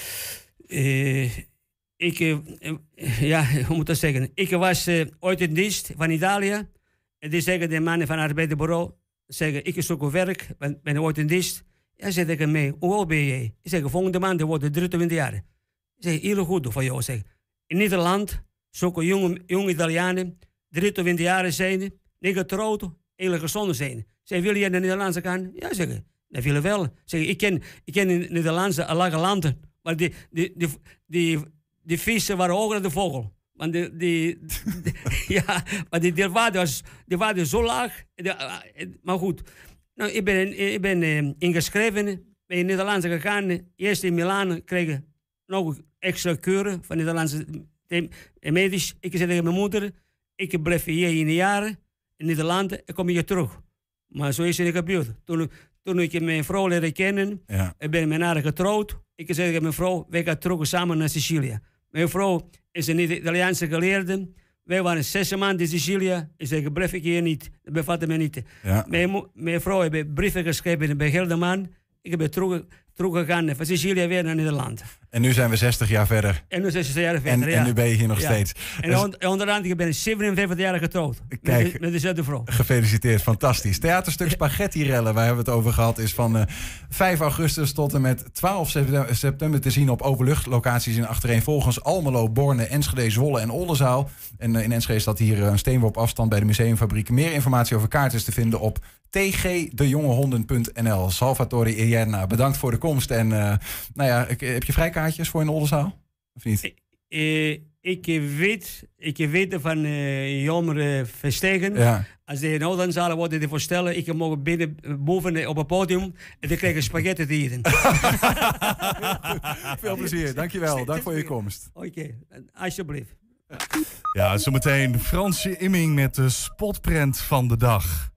Uh, ik, uh, ja, hoe moet dat zeggen? Ik was uh, ooit in dienst van Italië. En die zeggen de mannen van het arbeidsbureau, zeggen, ik zoek werk, ben, ben ooit in dienst. Ja, zeg ik mee, hoe oud ben jij? Ik zeg, volgende maand wordt drieëntwintig jaar. Ik zeg, heel goed van jou. Zeg. In Nederland zoeken jonge, jonge Italianen, drieëntwintig jaar zijn, niet getrouwd, hele gezond zijn. Zeg, wil je naar Nederlandse gaan? Ja, zeg ik, dat wil ik wel. Zeg, ik ken, ik ken in Nederlandse lage landen, maar die, die, die, die, die vissen waren hoger dan de vogel. Want die, die, die, ja, maar die, die, waarde was, die waarde zo laag. Maar goed, nou, ik ben, ik ben uh, ingeschreven bij een Nederlandse gegaan. Eerst in Milaan kreeg ik nog extra keuren van Nederlandse medisch. Ik zei tegen mijn moeder, ik blijf hier in jaren in Nederland, ik kom hier terug. Maar zo is het niet gebeurd. Toen, toen ik mijn vrouw leerde kennen, ja. ik ben met haar getrouwd. Ik zei tegen mijn vrouw, wij gaan terug samen naar Sicilië. Mijn vrouw is een Italiaanse geleerde. Wij waren zes maanden in Sicilië. Ik zei, blijf ik hier niet. Dat bevatte mij niet. Ja. Mijn, mijn vrouw heeft brieven geschreven bij Gelderman. Ik ben terug, teruggegaan van Sicilië weer naar Nederland. En nu zijn we zestig jaar verder. En nu zestig jaar verder, En, ja. en nu ben je hier nog ja. steeds. En dus, onder andere, ik ben zevenenvijftig jaar getrouwd. Kijk, met, met dezelfde vrouw. Gefeliciteerd, fantastisch. Theaterstuk Spaghetti-rellen, waar hebben we het over gehad, is van uh, vijf augustus tot en met twaalf september te zien op openluchtlocaties in achtereenvolgens Almelo, Borne, Enschede, Zwolle en Oldenzaal. En uh, in Enschede staat hier uh, een steenworp afstand bij de Museumfabriek. Meer informatie over kaarten is te vinden op t g de jonge honden punt n l. Salvatore Ienna, bedankt voor de komst. En uh, nou ja, heb je vrijkaartjes voor in Oldenzaal? Of niet? Uh, ik weet, ik weet van uh, Jomer Verstegen. Ja. Als die in Oldenzaal worden die voorstellen, ik mag binnen boven op het podium en dan krijg je spaghetti te eten. Veel plezier, dankjewel. Dank voor je komst. Oké, okay. Alsjeblieft. Ja, zometeen Fransje Imming met de spotprent van de dag.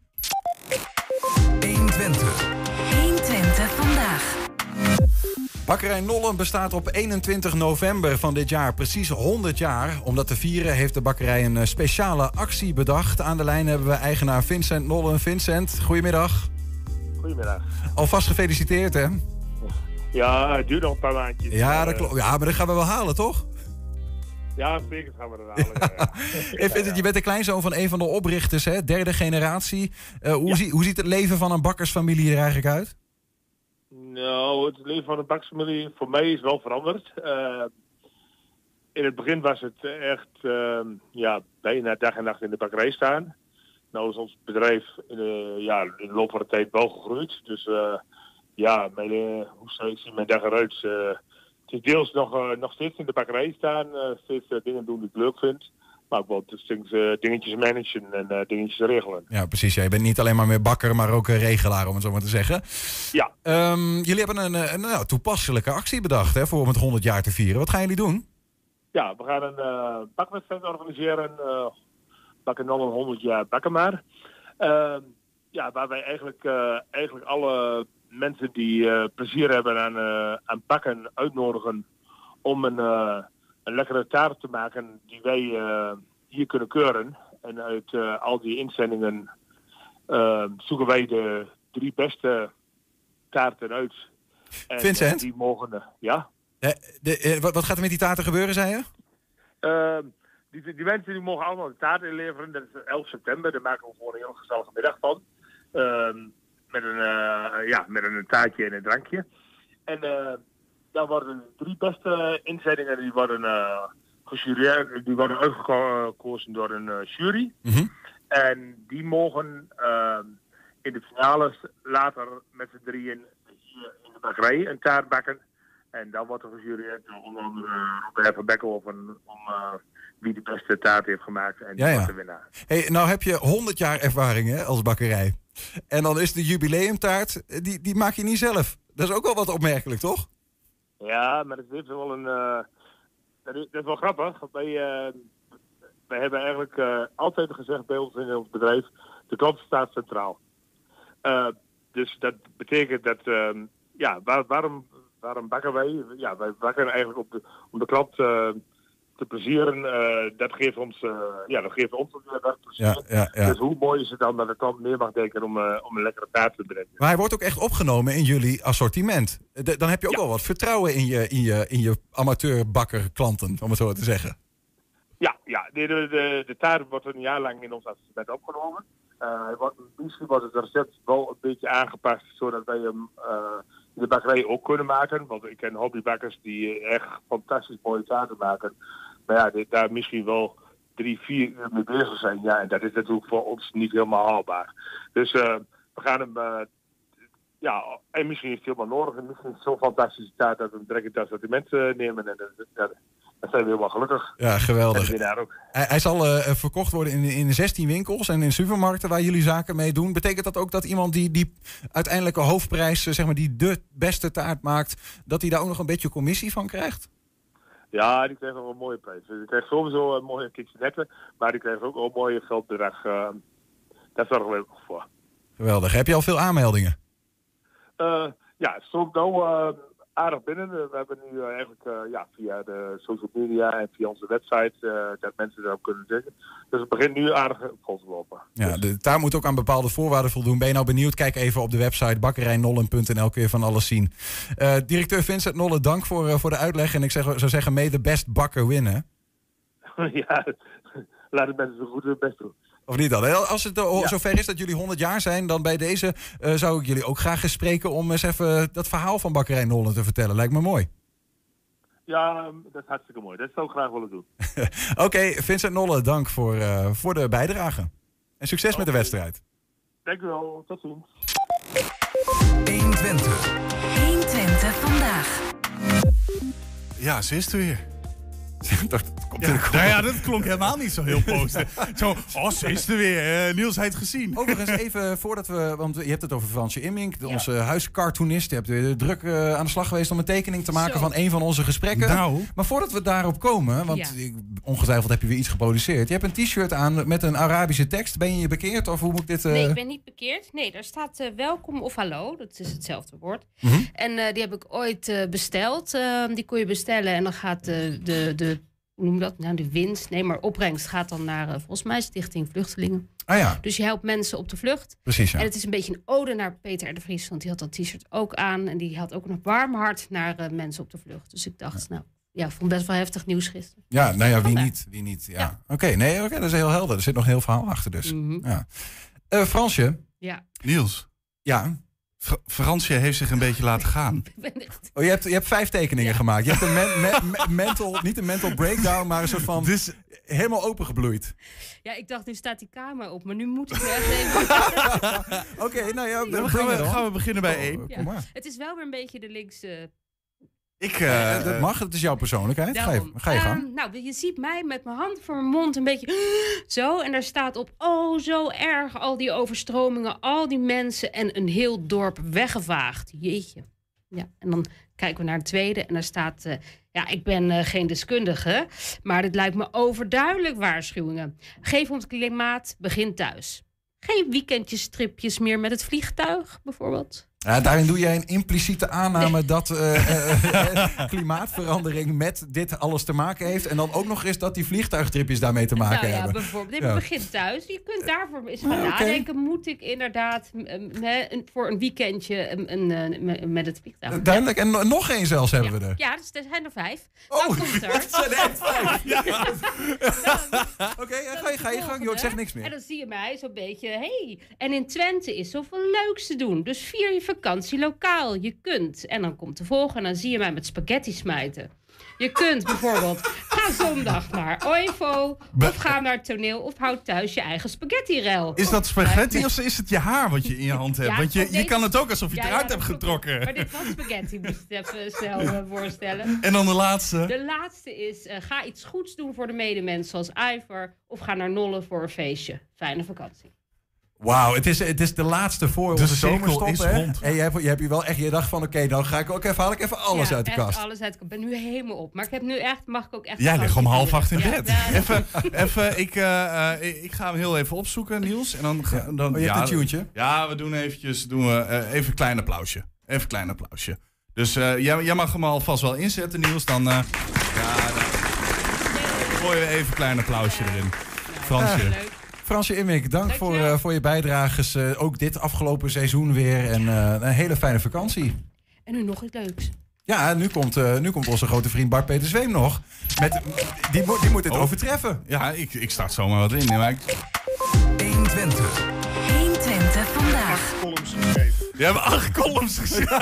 honderdtwintig. honderdtwintig vandaag. Bakkerij Nollen bestaat op eenentwintig november van dit jaar precies honderd jaar. Om dat te vieren heeft de bakkerij een speciale actie bedacht. Aan de lijn hebben we eigenaar Vincent Nollen. Vincent, goedemiddag. Goedemiddag. Alvast gefeliciteerd, hè? Ja, het duurt nog een paar maandjes. Ja, dat klopt. Ja, maar dat gaan we wel halen, toch? Ja, zeker gaan we dat halen. Ja, ja. Ik vind het, je bent de kleinzoon van een van de oprichters, hè? Derde generatie. Uh, hoe, ja. zie, hoe ziet het leven van een bakkersfamilie er eigenlijk uit? Nou, het leven van de bakkersfamilie voor mij is wel veranderd. Uh, in het begin was het echt uh, ja, bijna dag en nacht in de bakkerij staan. Nou is ons bedrijf in de, ja, in de loop van de tijd wel gegroeid. Dus uh, ja, mijn, uh, hoe zou ik zien mijn dag eruit? Uh, het is deels nog, uh, nog steeds in de bakkerij staan. Uh, steeds uh, dingen doen die ik leuk vind. Maar ook wel dus, uh, dingetjes managen en uh, dingetjes regelen. Ja, precies. Ja. Je bent niet alleen maar meer bakker, maar ook uh, regelaar, om het zo maar te zeggen. Ja. Um, jullie hebben een, een, een nou, toepasselijke actie bedacht, hè, voor om het honderd jaar te vieren. Wat gaan jullie doen? Ja, we gaan een uh, bakwedstrijd organiseren. Uh, bakken Nollen honderd jaar bakken maar. Uh, ja, waar wij eigenlijk, uh, eigenlijk alle mensen die uh, plezier hebben aan, uh, aan bakken uitnodigen om een... Uh, een lekkere taart te maken die wij uh, hier kunnen keuren. En uit uh, al die inzendingen uh, zoeken wij de drie beste taarten uit. En, Vincent? Uh, die mogen, uh, ja? De, de, uh, wat, wat gaat er met die taarten gebeuren, zei je? Uh, die, die mensen die mogen allemaal de taart inleveren. Dat is elf september. Daar maken we gewoon een heel gezellige middag van. Uh, met, een, uh, ja, met een taartje en een drankje. En... Uh, Dan worden de drie beste inzendingen die worden, uh, gejureerd, die worden uitgekozen door een uh, jury. Mm-hmm. En die mogen uh, in de finales later met z'n drieën hier in de bakkerij een taart bakken. En dan wordt er gejureerd door onder andere Robert van Bekkelhoven om uh, wie de beste taart heeft gemaakt. En die Ja, ja. wordt de winnaar. Hey, nou heb je honderd jaar ervaring hè, als bakkerij. En dan is de jubileumtaart, die, die maak je niet zelf. Dat is ook wel wat opmerkelijk, toch? Ja, maar dat is wel een... Uh, dat, is, dat is wel grappig. Wij, uh, wij hebben eigenlijk uh, altijd gezegd bij ons in ons bedrijf, de klant staat centraal. Uh, dus dat betekent dat, uh, ja, waar, waarom, waarom bakken wij? Ja, wij bakken eigenlijk op de, om de klant uh, te plezieren. Uh, dat geeft ons, uh, ja, dat geeft ons weer dat plezier. Ja, ja, ja. Dus hoe mooi is het dan dat de klant meer mag denken om, uh, om een lekkere taart te brengen? Maar hij wordt ook echt opgenomen in jullie assortiment. De, dan heb je ook wel wat vertrouwen in je, in je, in je amateurbakkerklanten, om het zo te zeggen. Ja, ja de, de, de, de taart wordt een jaar lang in ons assortiment opgenomen. Uh, hij wordt, misschien wordt het recept wel een beetje aangepast, zodat wij hem uh, in de bakkerij ook kunnen maken. Want ik ken hobbybakkers die echt fantastisch mooie taarten maken. Maar ja, dit, daar misschien wel drie, vier uur mee bezig zijn. Ja, en dat is natuurlijk voor ons niet helemaal haalbaar. Dus uh, we gaan hem... Uh, ja, en misschien is het helemaal nodig. En misschien is het zo'n fantastische taart dat we hem direct in het assortiment uh, nemen. En dat, dat, dat zijn we helemaal gelukkig. Ja, geweldig. En de winnaar ook. Hij, hij zal uh, verkocht worden in, in zestien winkels en in supermarkten waar jullie zaken mee doen. Betekent dat ook dat iemand die die uiteindelijke hoofdprijs, zeg maar, die de beste taart maakt, dat hij daar ook nog een beetje commissie van krijgt? Ja, die krijgen wel een mooie prijs. Die krijgt sowieso een mooie kitchenetten, maar die krijgen ook wel een mooie geldbedrag. Uh, daar zorgen we ook voor. Geweldig. Heb je al veel aanmeldingen? Uh, ja, het stroomt nou uh, aardig binnen. We hebben nu uh, eigenlijk uh, ja, via de social media en via onze website uh, dat mensen daarop kunnen zeggen. Dus het begint nu aardig vol te lopen. Ja, de taart moet ook aan bepaalde voorwaarden voldoen. Ben je nou benieuwd? Kijk even op de website bakkerij nollen punt n l kun je van alles zien. Uh, directeur Vincent Nolle, dank voor, uh, voor de uitleg. En ik zeg, zou zeggen, may the best bakker winnen. Ja, laat de mensen zo goed hun best doen. Of niet dan? Als het uh, ja. zover is dat jullie honderd jaar zijn, dan bij deze uh, zou ik jullie ook graag eens spreken om eens even dat verhaal van bakkerij Nolle te vertellen. Lijkt me mooi. Ja, dat is hartstikke mooi. Dat zou ik graag willen doen. Oké, okay, Vincent Nolle, dank voor, uh, voor de bijdrage. En succes okay. met de wedstrijd. Dank u wel. Tot ziens. honderdtwintig. honderdtwintig vandaag. Ja, ze is er weer. dat komt ja, nou ja, dat klonk helemaal niet zo heel positief. Zo, oh, ze is er weer. Uh, Niels, hij het gezien. Overigens even voordat we, want je hebt het over Fransje Immink, ja. onze huiscartoonist. Je hebt weer druk uh, aan de slag geweest om een tekening te maken zo. van een van onze gesprekken. Nou. Maar voordat we daarop komen, want ja. ongetwijfeld heb je weer iets geproduceerd. Je hebt een t-shirt aan met een Arabische tekst. Ben je je bekeerd of hoe moet ik dit... Uh... Nee, ik ben niet bekeerd. Nee, daar staat uh, welkom of hallo. Dat is hetzelfde woord. Mm-hmm. En uh, die heb ik ooit uh, besteld. Uh, die kon je bestellen en dan gaat uh, de... de hoe noem je dat? Nou, de winst. Nee, maar opbrengst gaat dan naar, uh, volgens mij, Stichting Vluchtelingen. Ah ja. Dus je helpt mensen op de vlucht. Precies, ja. En het is een beetje een ode naar Peter R. de Vries. Want die had dat t-shirt ook aan. En die had ook een warm hart naar uh, mensen op de vlucht. Dus ik dacht, ja. nou, ja, ik vond best wel heftig nieuws gisteren. Ja, nou ja, wie niet? Wie niet, ja. ja. Oké, okay, nee, okay, dat is heel helder. Er zit nog een heel verhaal achter dus. Mm-hmm. Ja. Uh, Fransje. Ja. Niels. Ja. Fr- Fransje heeft zich een beetje laten gaan. Oh, je hebt, je hebt vijf tekeningen ja. gemaakt. Je hebt een men, me, me, mental, niet een mental breakdown, maar een soort van dus, helemaal opengebloeid. Ja, ik dacht, nu staat die camera op, maar nu moet ik er echt even... Oké, okay, nou ja, dan gaan we, gaan we beginnen bij één. Oh, ja. Het is wel weer een beetje de linkse... Ik, uh, dat mag, het is jouw persoonlijkheid. Ga je, ga je gang. Um, nou, je ziet mij met mijn hand voor mijn mond een beetje zo. En daar staat op, oh, zo erg, al die overstromingen, al die mensen en een heel dorp weggevaagd. Jeetje. Ja, en dan kijken we naar het tweede en daar staat, uh, ja, ik ben uh, geen deskundige, maar dit lijkt me overduidelijk waarschuwingen. Geef ons klimaat, begin thuis. Geen weekendjestripjes meer met het vliegtuig, bijvoorbeeld. Ja, daarin doe jij een impliciete aanname dat uh, uh, uh, klimaatverandering met dit alles te maken heeft. En dan ook nog eens dat die vliegtuigtripjes daarmee te maken nou ja, hebben. Bijvoorbeeld, dit ja. begint thuis. Je kunt daarvoor eens gaan okay. nadenken. Moet ik inderdaad uh, voor een weekendje uh, uh, met het vliegtuig? Duidelijk. En no- nog één zelfs hebben ja. we er. Ja, dus er zijn er vijf. Oh, nou, komt er. Het zijn er vijf. Ja. Ja. Oké, okay, ga, ga je gang. Joh, ik zeg niks meer. En dan zie je mij zo'n beetje, hey. En in Twente is zoveel leuks te doen. Dus vier je vakantie lokaal. Je kunt. En dan komt de volgende en dan zie je mij met spaghetti smijten. Je kunt bijvoorbeeld ga zondag naar Oivo, of ga naar het toneel, of houd thuis je eigen spaghetti-rel. Is dat spaghetti of is het je haar wat je in je hand hebt? Ja, Want je, je deze- kan het ook alsof je Ja, het ja, eruit dat hebt klopt. getrokken. Maar dit was spaghetti, moest je het even snel eh, voorstellen. En dan de laatste. De laatste is, uh, ga iets goeds doen voor de medemens, zoals Ivor, of ga naar Nolle voor een feestje. Fijne vakantie. Wauw, het is, het is de laatste voor De onze cirkel zomerstop. is hè? rond. En je hebt, je hebt hier wel echt je dacht van, oké, dan ga ik ook even, haal ik even alles Ja, uit de echt kast. alles uit de kast. Ik ben nu helemaal op. Maar ik heb nu echt, mag ik ook echt... Jij ligt om half acht in vakantie bed. vieren. Ja, Even, even, ik, uh, uh, ik ga hem heel even opzoeken, Niels. En dan, ga- dan, Oh, je hebt een tunetje? Ja, we doen eventjes, doen we, uh, even een klein applausje. Even een klein applausje. Dus uh, jij, jij mag hem alvast wel inzetten, Niels. Dan, uh, ja, dan gooien we even een klein applausje erin. Fransje. Ja. Fransje Immink, dank voor, uh, voor je bijdrages. Uh, ook dit afgelopen seizoen weer. En uh, een hele fijne vakantie. En nu nog iets leuks. Ja, nu komt, uh, nu komt onze grote vriend Bart Peter Zweem nog. Met, die, mo- die moet het Oh. overtreffen. Ja, ik, ik start zomaar wat in. Ja, maar ik... honderdtwintig. honderdtwintig vandaag. Columns geschreven. We hebben acht columns geschreven.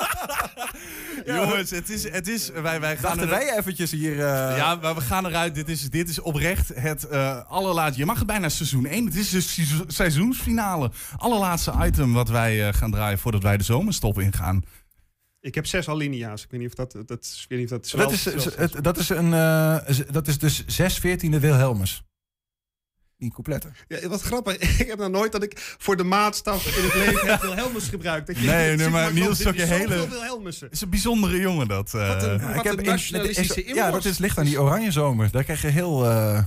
Jongens, het is, het is, wij, wij gaan Dachten er- wij eventjes hier... Uh... Ja, maar we gaan eruit. Dit is, dit is oprecht het uh, allerlaatste. Je mag het bijna seizoen één. Het is de seizo- seizoensfinale. Allerlaatste item wat wij uh, gaan draaien voordat wij de zomerstop ingaan. Ik heb zes alinea's. Ik weet niet of dat... dat, ik weet niet of dat, Dat is, het, dat, is een, uh, dat is dus zes veertiende Wilhelmus. Die coupletten. Ja, wat grappig. Ik heb nou nooit dat ik voor de maatstaf in het leven heb Wilhelmus gebruikt. Dat je Nee, nee, ziet, maar Niels is ook dit een is hele... zoveel Wilhelmussen. is een bijzondere jongen, dat. Uh, Wat een- Ja, wat een in- nationalistische dat is- inborst. Ja, dat is, ligt aan die oranje zomer. Daar krijg je heel uh,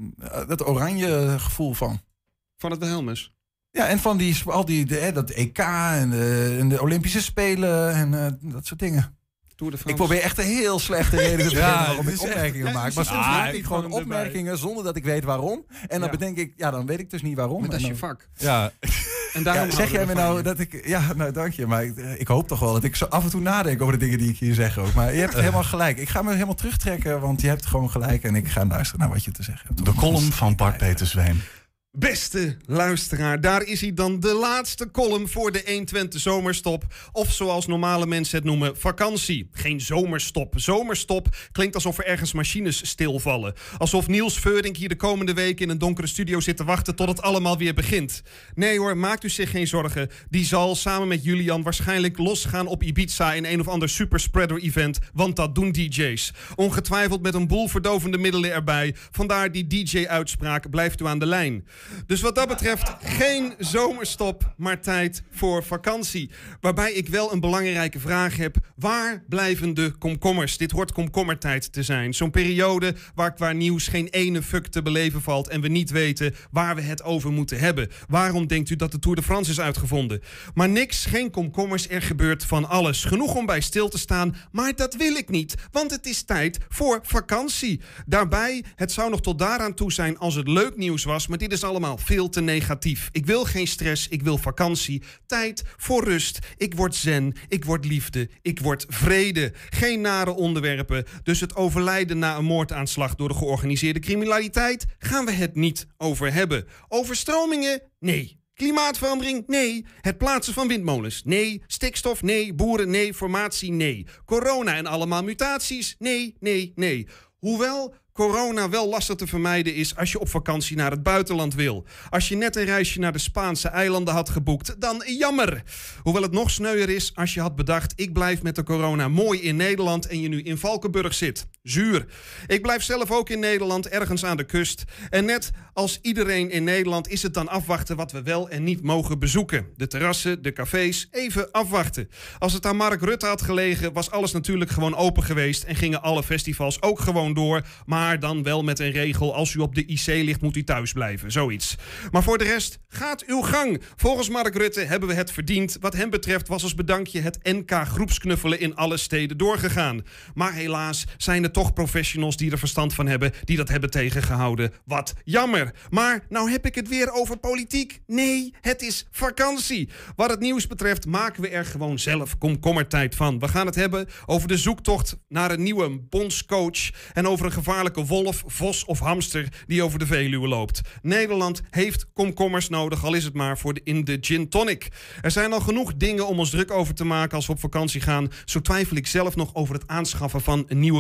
dat oranje gevoel van. Van het Wilhelmus? Ja, en van die, al die, de, hè, dat E K en de, en de Olympische Spelen en uh, dat soort dingen. Ik probeer echt een heel slechte reden te bedenken Ja, waarom het ik is echt- opmerkingen ja, maak. je Maar zit soms er maak vaak ik gewoon gewoon erbij. opmerkingen zonder dat ik weet waarom. En dan Ja. bedenk ik, ja, dan weet ik dus niet waarom. Maar dat is En je dan- vak. Ja. En daarom Ja, zeg houden jij we me van nou je. dat ik... Ja, nou dank je. Maar ik, ik hoop toch wel dat ik zo af en toe nadenk over de dingen die ik hier zeg ook. Maar je hebt helemaal gelijk. Ik ga me helemaal terugtrekken, want je hebt gewoon gelijk. En ik ga luisteren naar wat je te zeggen hebt. De column van Bart Peter Zweem. Beste luisteraar, daar is hij dan, de laatste column voor de honderdtwintig zomerstop. Of zoals normale mensen het noemen, vakantie. Geen zomerstop. Zomerstop klinkt alsof er ergens machines stilvallen. Alsof Niels Veurink hier de komende week in een donkere studio zit te wachten tot het allemaal weer begint. Nee hoor, maakt u zich geen zorgen. Die zal samen met Julian waarschijnlijk losgaan op Ibiza in een of ander superspreader event. Want dat doen D J's. Ongetwijfeld met een boel verdovende middelen erbij. Vandaar die D J-uitspraak, blijft u aan de lijn. Dus wat dat betreft geen zomerstop, maar tijd voor vakantie. Waarbij ik wel een belangrijke vraag heb. Waar blijven de komkommers? Dit hoort komkommertijd te zijn. Zo'n periode waar qua nieuws geen ene fuck te beleven valt en we niet weten waar we het over moeten hebben. Waarom denkt u dat de Tour de France is uitgevonden? Maar niks, geen komkommers, er gebeurt van alles. Genoeg om bij stil te staan, maar dat wil ik niet. Want het is tijd voor vakantie. Daarbij, het zou nog tot daaraan toe zijn als het leuk nieuws was, maar dit is allemaal veel te negatief. Ik wil geen stress, ik wil vakantie. Tijd voor rust. Ik word zen, ik word liefde, ik word vrede. Geen nare onderwerpen. Dus het overlijden na een moordaanslag door de georganiseerde criminaliteit gaan we het niet over hebben. Overstromingen? Nee. Klimaatverandering? Nee. Het plaatsen van windmolens? Nee. Stikstof? Nee. Boeren? Nee. Formatie? Nee. Corona en allemaal mutaties? Nee, nee, nee. Hoewel corona wel lastig te vermijden is als je op vakantie naar het buitenland wil. Als je net een reisje naar de Spaanse eilanden had geboekt, dan jammer. Hoewel het nog sneuier is als je had bedacht, ik blijf met de corona mooi in Nederland en je nu in Valkenburg zit. Zuur. Ik blijf zelf ook in Nederland, ergens aan de kust. En net als iedereen in Nederland is het dan afwachten wat we wel en niet mogen bezoeken. De terrassen, de cafés, even afwachten. Als het aan Mark Rutte had gelegen, was alles natuurlijk gewoon open geweest en gingen alle festivals ook gewoon door, maar dan wel met een regel, als u op de I C ligt moet u thuis blijven, zoiets. Maar voor de rest, gaat uw gang. Volgens Mark Rutte hebben we het verdiend. Wat hem betreft was als bedankje het N K groepsknuffelen in alle steden doorgegaan. Maar helaas zijn er toch professionals die er verstand van hebben, die dat hebben tegengehouden. Wat jammer. Maar nou heb ik het weer over politiek. Nee, het is vakantie. Wat het nieuws betreft maken we er gewoon zelf komkommertijd van. We gaan het hebben over de zoektocht naar een nieuwe bondscoach en over een gevaarlijke wolf, vos of hamster die over de Veluwe loopt. Nederland heeft komkommers nodig, al is het maar voor de, in de gin tonic. Er zijn al genoeg dingen om ons druk over te maken als we op vakantie gaan. Zo twijfel ik zelf nog over het aanschaffen van een nieuwe koelbox.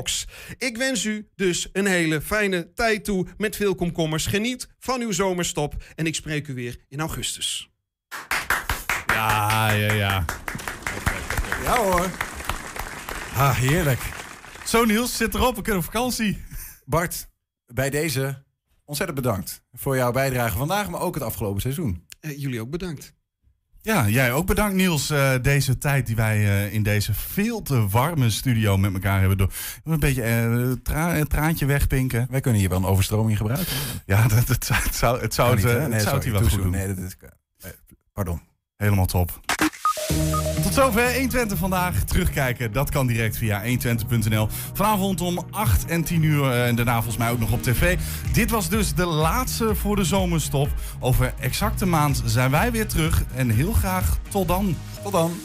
box. Ik wens u dus een hele fijne tijd toe met veel komkommers. Geniet van uw zomerstop en ik spreek u weer in augustus. Ja, ja, ja. Ja hoor. Ah, heerlijk. Zo Niels, zit erop, we kunnen op vakantie. Bart, bij deze ontzettend bedankt voor jouw bijdrage vandaag, maar ook het afgelopen seizoen. Uh, jullie ook bedankt. Ja, jij ook bedankt Niels. Uh, deze tijd die wij uh, in deze veel te warme studio met elkaar hebben door. Een beetje uh, tra een traantje wegpinken. Wij kunnen hier wel een overstroming gebruiken. Ja, dat, het, het zou het, zou het, uh, nee, het, zou het hier wel goed doen. Nee, dat is, pardon. Helemaal top. Tot zover honderdtwintig vandaag. Terugkijken, dat kan direct via honderdtwintig punt n l. Vanavond om acht en tien uur uh, en daarna volgens mij ook nog op tv. Dit was dus de laatste voor de zomerstop. Over exact een maand zijn wij weer terug. En heel graag tot dan. Tot dan.